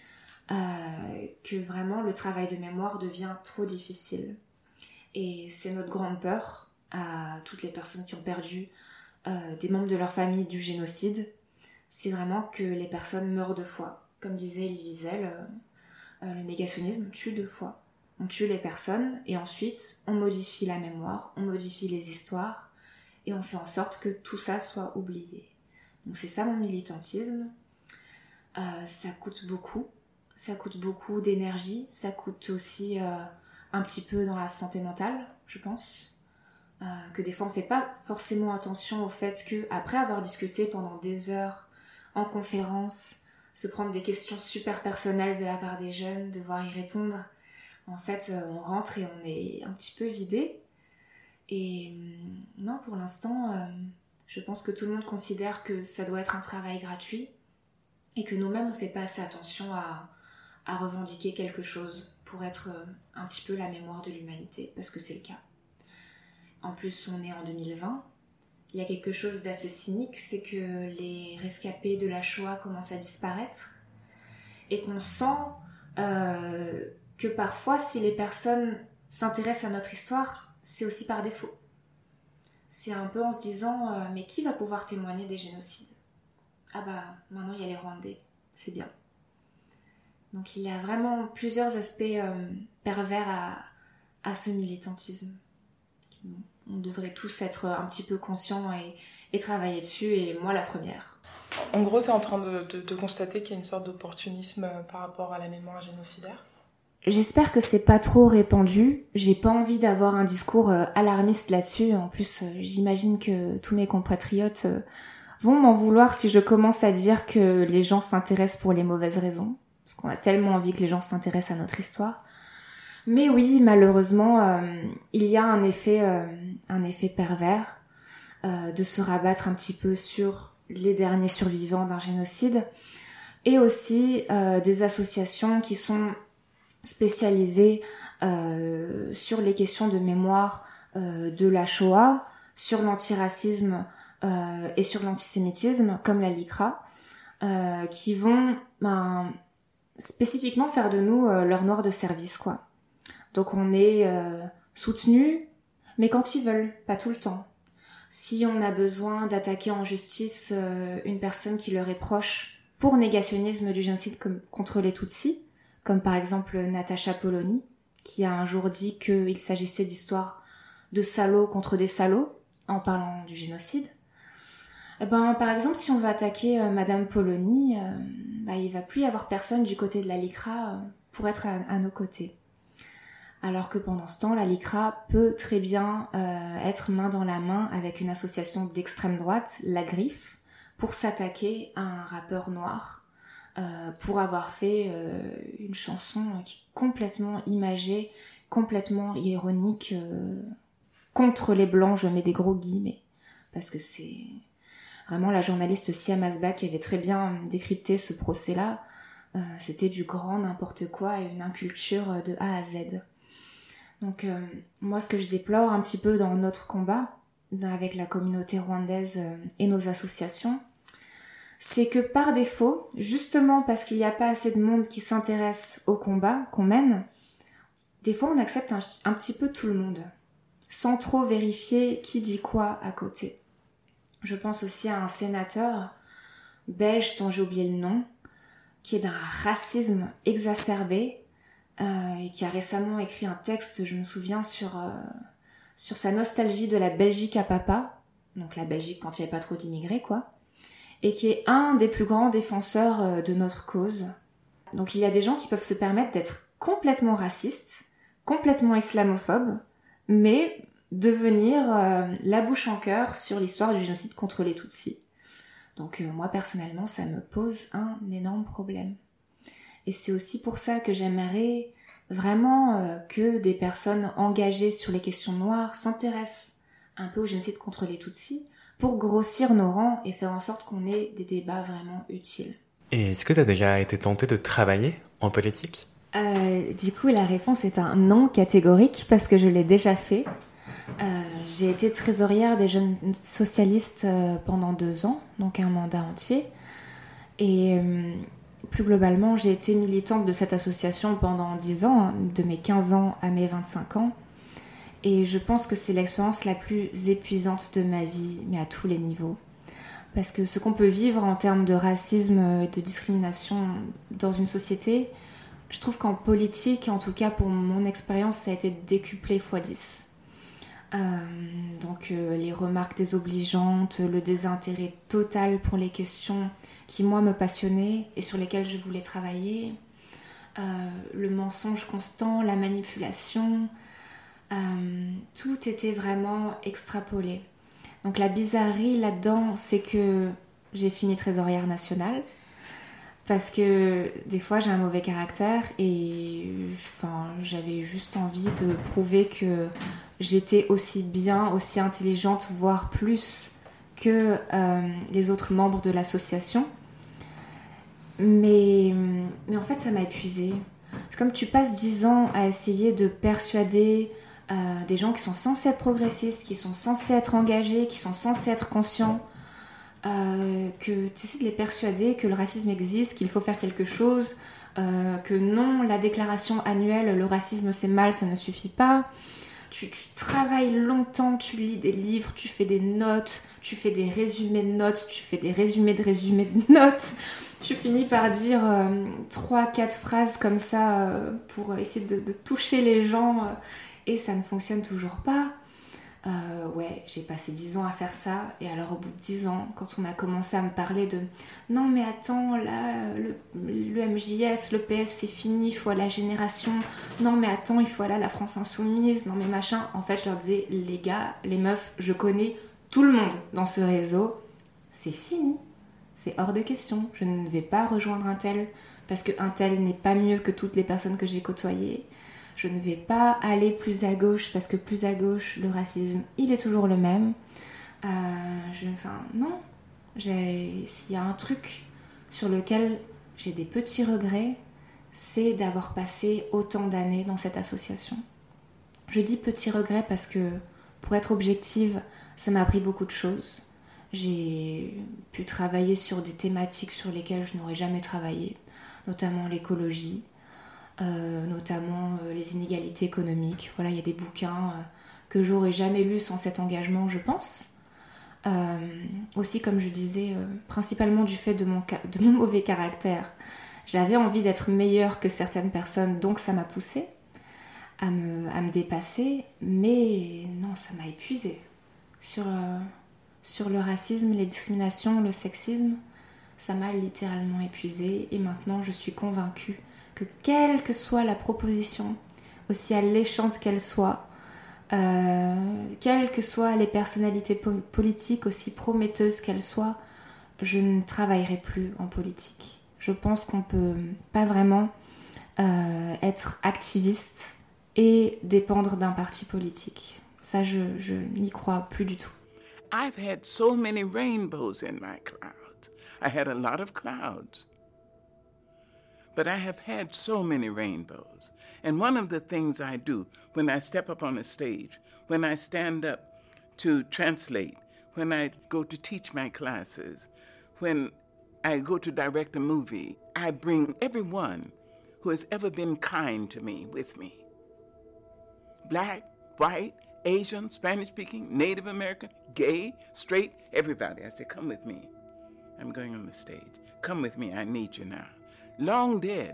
que vraiment le travail de mémoire devient trop difficile. Et c'est notre grande peur à toutes les personnes qui ont perdu des membres de leur famille du génocide, c'est vraiment que les personnes meurent deux fois. Comme disait Elie Wiesel, le négationnisme tue deux fois. On tue les personnes et ensuite on modifie la mémoire, on modifie les histoires et on fait en sorte que tout ça soit oublié. Donc c'est ça mon militantisme. Ça coûte beaucoup d'énergie, ça coûte aussi un petit peu dans la santé mentale, je pense. que des fois on fait pas forcément attention au fait que après avoir discuté pendant des heures en conférence, se prendre des questions super personnelles de la part des jeunes, devoir y répondre, en fait on rentre et on est un petit peu vidé. Et non, pour l'instant, je pense que tout le monde considère que ça doit être un travail gratuit et que nous-mêmes on fait pas assez attention à revendiquer quelque chose pour être un petit peu la mémoire de l'humanité, parce que c'est le cas. En plus, on est en 2020. Il y a quelque chose d'assez cynique, c'est que les rescapés de la Shoah commencent à disparaître et qu'on sent que parfois, si les personnes s'intéressent à notre histoire, c'est aussi par défaut. C'est un peu en se disant mais qui va pouvoir témoigner des génocides ? Ah bah, maintenant il y a les Rwandais, c'est bien. Donc il y a vraiment plusieurs aspects pervers à ce militantisme. On devrait tous être un petit peu conscients et travailler dessus, et moi la première. En gros, tu es en train de constater qu'il y a une sorte d'opportunisme par rapport à la mémoire génocidaire. J'espère que c'est pas trop répandu. J'ai pas envie d'avoir un discours alarmiste là-dessus. En plus, j'imagine que tous mes compatriotes vont m'en vouloir si je commence à dire que les gens s'intéressent pour les mauvaises raisons. Parce qu'on a tellement envie que les gens s'intéressent à notre histoire. Mais oui, malheureusement, il y a un effet pervers de se rabattre un petit peu sur les derniers survivants d'un génocide, et aussi des associations qui sont spécialisées sur les questions de mémoire de la Shoah, sur l'antiracisme et sur l'antisémitisme, comme la LICRA, qui vont spécifiquement faire de nous leur noir de service, quoi. Donc on est soutenus, mais quand ils veulent, pas tout le temps. Si on a besoin d'attaquer en justice une personne qui leur est proche pour négationnisme du génocide contre les Tutsis, comme par exemple Natacha Polony, qui a un jour dit qu'il s'agissait d'histoires de salauds contre des salauds, en parlant du génocide, par exemple, si on veut attaquer Madame Polony, il va plus y avoir personne du côté de la LICRA pour être à nos côtés. Alors que pendant ce temps, la LICRA peut très bien être main dans la main avec une association d'extrême droite, la Griffe, pour s'attaquer à un rappeur noir, pour avoir fait une chanson qui est complètement imagée, complètement ironique, contre les blancs, je mets des gros guillemets, parce que c'est vraiment la journaliste Siam Asbah qui avait très bien décrypté ce procès-là. C'était du grand n'importe quoi et une inculture de A à Z. Donc moi, ce que je déplore un petit peu dans notre combat avec la communauté rwandaise et nos associations, c'est que par défaut, justement parce qu'il n'y a pas assez de monde qui s'intéresse au combat qu'on mène, des fois on accepte un petit peu tout le monde, sans trop vérifier qui dit quoi à côté. Je pense aussi à un sénateur belge dont j'ai oublié le nom, qui est d'un racisme exacerbé, et qui a récemment écrit un texte, je me souviens, sur sa nostalgie de la Belgique à papa, donc la Belgique quand il n'y avait pas trop d'immigrés, quoi, et qui est un des plus grands défenseurs de notre cause. Donc il y a des gens qui peuvent se permettre d'être complètement racistes, complètement islamophobes, mais devenir la bouche en cœur sur l'histoire du génocide contre les Tutsis. Donc moi personnellement, ça me pose un énorme problème. Et c'est aussi pour ça que j'aimerais vraiment que des personnes engagées sur les questions noires s'intéressent un peu au génocide contre les Tutsis pour grossir nos rangs et faire en sorte qu'on ait des débats vraiment utiles. Et est-ce que tu as déjà été tentée de travailler en politique ? Du coup, la réponse est un non catégorique parce que je l'ai déjà fait. J'ai été trésorière des jeunes socialistes pendant 2 ans, donc un mandat entier. Et plus globalement, j'ai été militante de cette association pendant 10 ans, de mes 15 ans à mes 25 ans. Et je pense que c'est l'expérience la plus épuisante de ma vie, mais à tous les niveaux. Parce que ce qu'on peut vivre en termes de racisme et de discrimination dans une société, je trouve qu'en politique, en tout cas pour mon expérience, ça a été décuplé x10. Donc les remarques désobligeantes, le désintérêt total pour les questions qui moi me passionnaient et sur lesquelles je voulais travailler, le mensonge constant, la manipulation, tout était vraiment extrapolé. Donc la bizarrerie là-dedans, c'est que j'ai fini trésorière nationale parce que des fois j'ai un mauvais caractère et j'avais juste envie de prouver que j'étais aussi bien, aussi intelligente, voire plus que les autres membres de l'association. Mais en fait, ça m'a épuisée. C'est comme tu passes 10 ans à essayer de persuader des gens qui sont censés être progressistes, qui sont censés être engagés, qui sont censés être conscients, que tu essaies de les persuader que le racisme existe, qu'il faut faire quelque chose, que non, la déclaration annuelle, le racisme c'est mal, ça ne suffit pas. Tu travailles longtemps, tu lis des livres, tu fais des notes, tu fais des résumés de notes, tu fais des résumés de notes. Tu finis par dire 3-4 phrases comme ça pour essayer de toucher les gens et ça ne fonctionne toujours pas. Ouais, j'ai passé 10 ans à faire ça et alors au bout de 10 ans, quand on a commencé à me parler de non mais attends, là, le MJS, le PS c'est fini, il faut à la génération, non mais attends, il faut aller à la France Insoumise, non mais machin, en fait je leur disais les gars, les meufs, je connais tout le monde dans ce réseau, c'est fini, c'est hors de question, je ne vais pas rejoindre un tel parce qu'un tel n'est pas mieux que toutes les personnes que j'ai côtoyées. Je ne vais pas aller plus à gauche parce que plus à gauche, le racisme, il est toujours le même. Non. S'il y a un truc sur lequel j'ai des petits regrets, c'est d'avoir passé autant d'années dans cette association. Je dis petits regrets parce que, pour être objective, ça m'a appris beaucoup de choses. J'ai pu travailler sur des thématiques sur lesquelles je n'aurais jamais travaillé, notamment l'écologie. Notamment les inégalités économiques. Voilà, il y a des bouquins que j'aurais jamais lus sans cet engagement, je pense. Aussi, comme je disais, principalement du fait de mon mauvais caractère. J'avais envie d'être meilleure que certaines personnes, donc ça m'a poussée à me dépasser. Mais non, ça m'a épuisée. Sur le racisme, les discriminations, le sexisme, ça m'a littéralement épuisée. Et maintenant, je suis convaincue que quelle que soit la proposition, aussi alléchante qu'elle soit, quelles que soient les personnalités politiques, aussi prometteuses qu'elles soient, je ne travaillerai plus en politique. Je pense qu'on peut pas vraiment être activiste et dépendre d'un parti politique. Ça, je n'y crois plus du tout. I've had so many rainbows in my clouds. I had a lot of clouds. But I have had so many rainbows. And one of the things I do when I step up on a stage, when I stand up to translate, when I go to teach my classes, when I go to direct a movie, I bring everyone who has ever been kind to me with me. Black, white, Asian, Spanish-speaking, Native American, gay, straight, everybody. I say, come with me. I'm going on the stage. Come with me, I need you now. Long dead,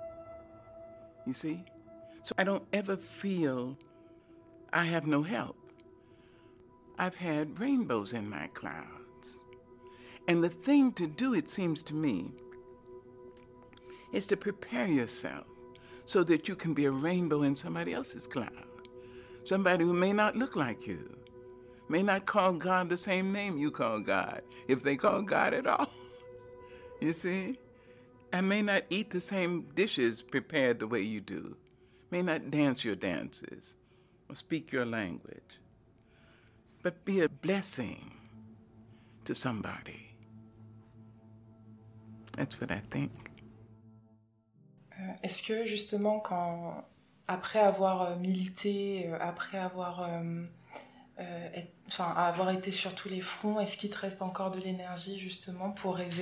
you see? So I don't ever feel I have no help. I've had rainbows in my clouds. And the thing to do, it seems to me, is to prepare yourself so that you can be a rainbow in somebody else's cloud. Somebody who may not look like you, may not call God the same name you call God, if they call God at all. You see? I may not eat the same dishes prepared the way you do, may not dance your dances or speak your language, but be a blessing to somebody. That's what I think. Est-ce que justement, après avoir milité, après avoir été sur tous les fronts, est-ce qu'il te reste encore de l'énergie justement pour rêver ?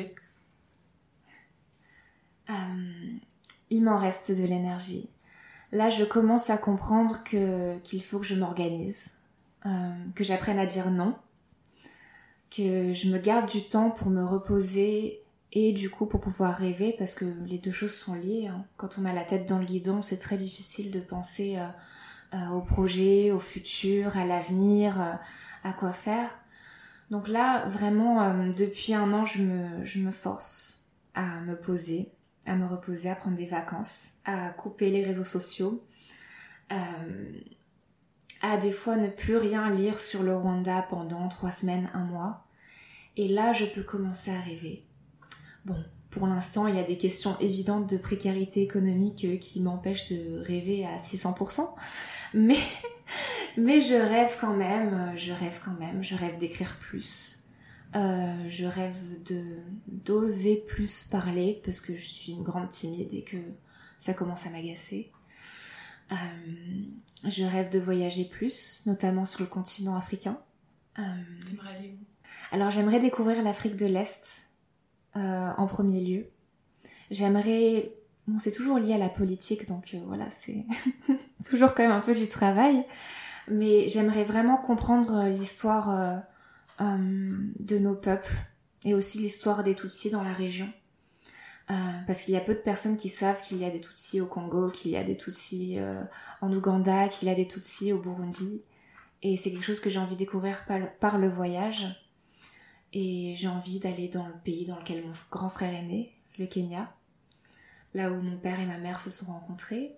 Il m'en reste de l'énergie. Là, je commence à comprendre qu'il faut que je m'organise, que j'apprenne à dire non, que je me garde du temps pour me reposer et du coup pour pouvoir rêver, parce que les deux choses sont liées. Hein. Quand on a la tête dans le guidon, c'est très difficile de penser au projet, au futur, à l'avenir, à quoi faire. Donc là, vraiment, depuis 1 an, je me force à me poser, à me reposer, à prendre des vacances, à couper les réseaux sociaux. à des fois ne plus rien lire sur le Rwanda pendant 3 semaines, 1 mois. Et là, je peux commencer à rêver. Bon, pour l'instant, il y a des questions évidentes de précarité économique qui m'empêchent de rêver à 600%. Mais je rêve quand même, je rêve d'écrire plus. Je rêve d'oser plus parler parce que je suis une grande timide et que ça commence à m'agacer. Je rêve de voyager plus, notamment sur le continent africain. T'aimerais aller où? Alors j'aimerais découvrir l'Afrique de l'Est en premier lieu. J'aimerais... Bon, c'est toujours lié à la politique, donc voilà, c'est toujours quand même un peu du travail. Mais j'aimerais vraiment comprendre l'histoire de nos peuples et aussi l'histoire des Tutsis dans la région. Parce qu'il y a peu de personnes qui savent qu'il y a des Tutsis au Congo, qu'il y a des Tutsis en Ouganda, qu'il y a des Tutsis au Burundi. Et c'est quelque chose que j'ai envie de découvrir par le voyage. Et j'ai envie d'aller dans le pays dans lequel mon grand frère est né, le Kenya, là où mon père et ma mère se sont rencontrés.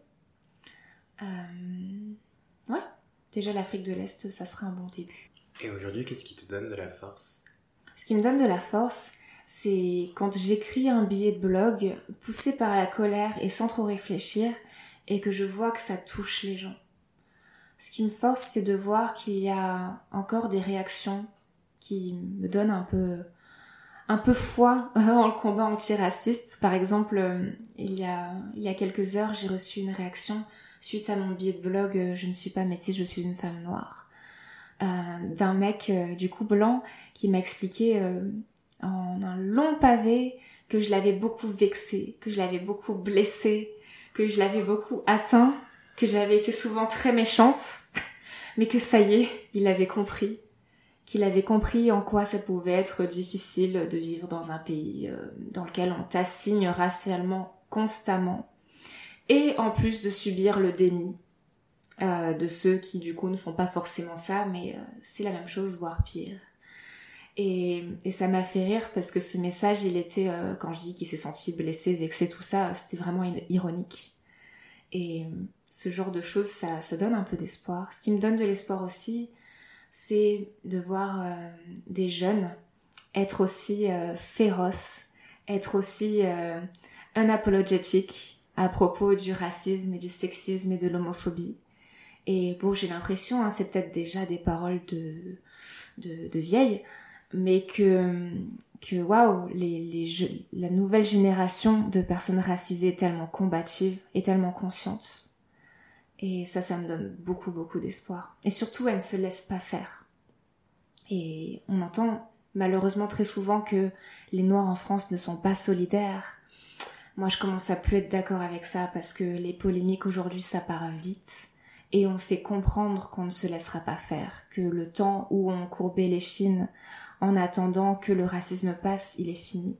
Ouais, déjà l'Afrique de l'Est, ça serait un bon début. Et aujourd'hui, qu'est-ce qui te donne de la force? Ce qui me donne de la force, c'est quand j'écris un billet de blog, poussé par la colère et sans trop réfléchir, et que je vois que ça touche les gens. Ce qui me force, c'est de voir qu'il y a encore des réactions qui me donnent un peu foi en le combat antiraciste. Par exemple, il y a quelques heures, j'ai reçu une réaction suite à mon billet de blog « Je ne suis pas métisse, je suis une femme noire ». D'un mec du coup blanc qui m'a expliqué en un long pavé que je l'avais beaucoup vexé, que je l'avais beaucoup blessé, que je l'avais beaucoup atteint, que j'avais été souvent très méchante, mais que ça y est, il avait compris. Qu'il avait compris en quoi ça pouvait être difficile de vivre dans un pays dans lequel on t'assigne racialement constamment, et en plus de subir le déni de ceux qui du coup ne font pas forcément ça, mais c'est la même chose, voire pire. Et ça m'a fait rire parce que ce message, il était, quand je dis qu'il s'est senti blessé, vexé, tout ça, c'était vraiment ironique. Et ce genre de choses, ça donne un peu d'espoir. Ce qui me donne de l'espoir aussi, c'est de voir des jeunes être aussi féroces, être aussi unapologétiques à propos du racisme et du sexisme et de l'homophobie. Et bon, j'ai l'impression, c'est peut-être déjà des paroles de vieilles, mais que waouh, la nouvelle génération de personnes racisées est tellement combative et tellement consciente. Et ça me donne beaucoup, beaucoup d'espoir. Et surtout, elle ne se laisse pas faire. Et on entend malheureusement très souvent que les Noirs en France ne sont pas solidaires. Moi, je commence à plus être d'accord avec ça parce que les polémiques aujourd'hui, ça part vite. Et on fait comprendre qu'on ne se laissera pas faire. Que le temps où on courbait les chines en attendant que le racisme passe, il est fini.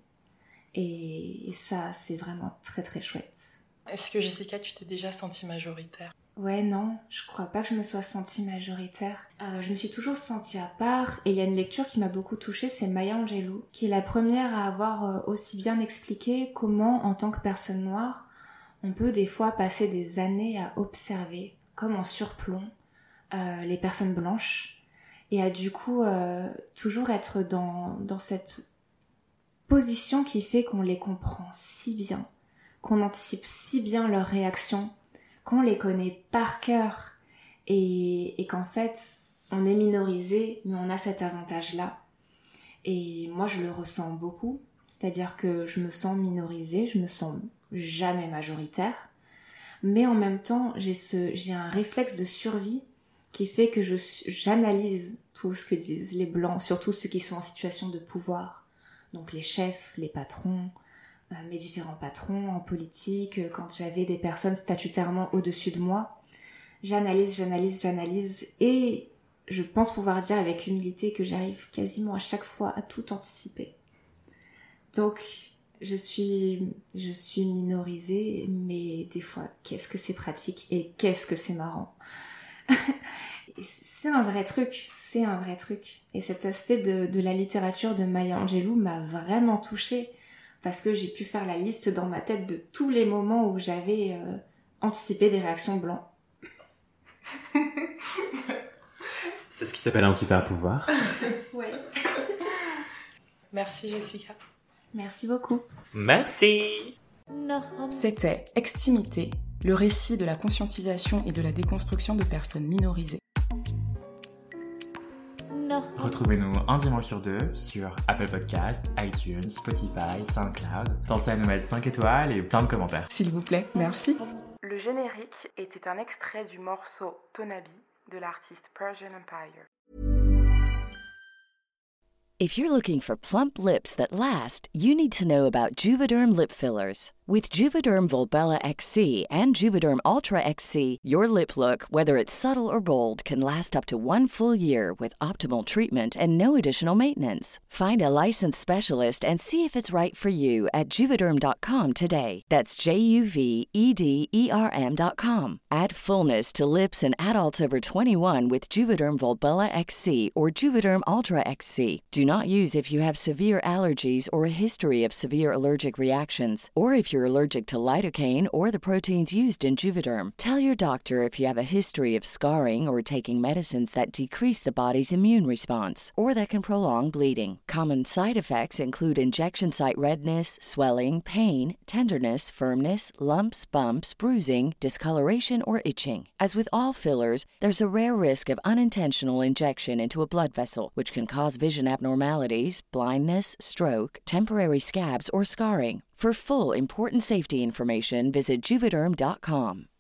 Et ça, c'est vraiment très, très chouette. Est-ce que Jessica, tu t'es déjà sentie majoritaire? Ouais, non, je crois pas que je me sois sentie majoritaire. Je me suis toujours sentie à part, et il y a une lecture qui m'a beaucoup touchée, c'est Maya Angelou, qui est la première à avoir aussi bien expliqué comment, en tant que personne noire, on peut des fois passer des années à observer, comme en surplomb, les personnes blanches, et à du coup toujours être dans cette position qui fait qu'on les comprend si bien, qu'on anticipe si bien leurs réactions, qu'on les connaît par cœur et qu'en fait on est minorisé mais on a cet avantage-là. Et moi je le ressens beaucoup, c'est-à-dire que je me sens minorisée, je me sens jamais majoritaire, mais en même temps j'ai un réflexe de survie qui fait que j'analyse tout ce que disent les blancs, surtout ceux qui sont en situation de pouvoir, donc les chefs, les patrons, mes différents patrons en politique, quand j'avais des personnes statutairement au-dessus de moi, j'analyse et je pense pouvoir dire avec humilité que j'arrive quasiment à chaque fois à tout anticiper. Donc je suis minorisée, mais des fois qu'est-ce que c'est pratique et qu'est-ce que c'est marrant. C'est un vrai truc. Et cet aspect de la littérature de Maya Angelou m'a vraiment touchée. Parce que j'ai pu faire la liste dans ma tête de tous les moments où j'avais anticipé des réactions blancs. C'est ce qui s'appelle un super pouvoir. Ouais. Merci Jessica. Merci beaucoup. Merci. C'était Extimité, le récit de la conscientisation et de la déconstruction de personnes minorisées. Retrouvez-nous un dimanche sur 2 sur Apple Podcasts, iTunes, Spotify, SoundCloud. Pensez à nous mettre 5 étoiles et plein de commentaires. S'il vous plaît, merci. Le générique était un extrait du morceau Tonabi de l'artiste Persian Empire. If you're looking for plump lips that last, you need to know about Juvederm lip fillers. With Juvederm Volbella XC and Juvederm Ultra XC, your lip look, whether it's subtle or bold, can last up to 1 full year with optimal treatment and no additional maintenance. Find a licensed specialist and see if it's right for you at Juvederm.com today. That's JUVEDERM.com. Add fullness to lips in adults over 21 with Juvederm Volbella XC or Juvederm Ultra XC. Do not use if you have severe allergies or a history of severe allergic reactions, or if you're allergic to lidocaine or the proteins used in Juvederm. Tell your doctor if you have a history of scarring or taking medicines that decrease the body's immune response or that can prolong bleeding. Common side effects include injection site redness, swelling, pain, tenderness, firmness, lumps, bumps, bruising, discoloration, or itching. As with all fillers, there's a rare risk of unintentional injection into a blood vessel, which can cause vision abnormalities, blindness, stroke, temporary scabs, or scarring. For full important safety information, visit Juvederm.com.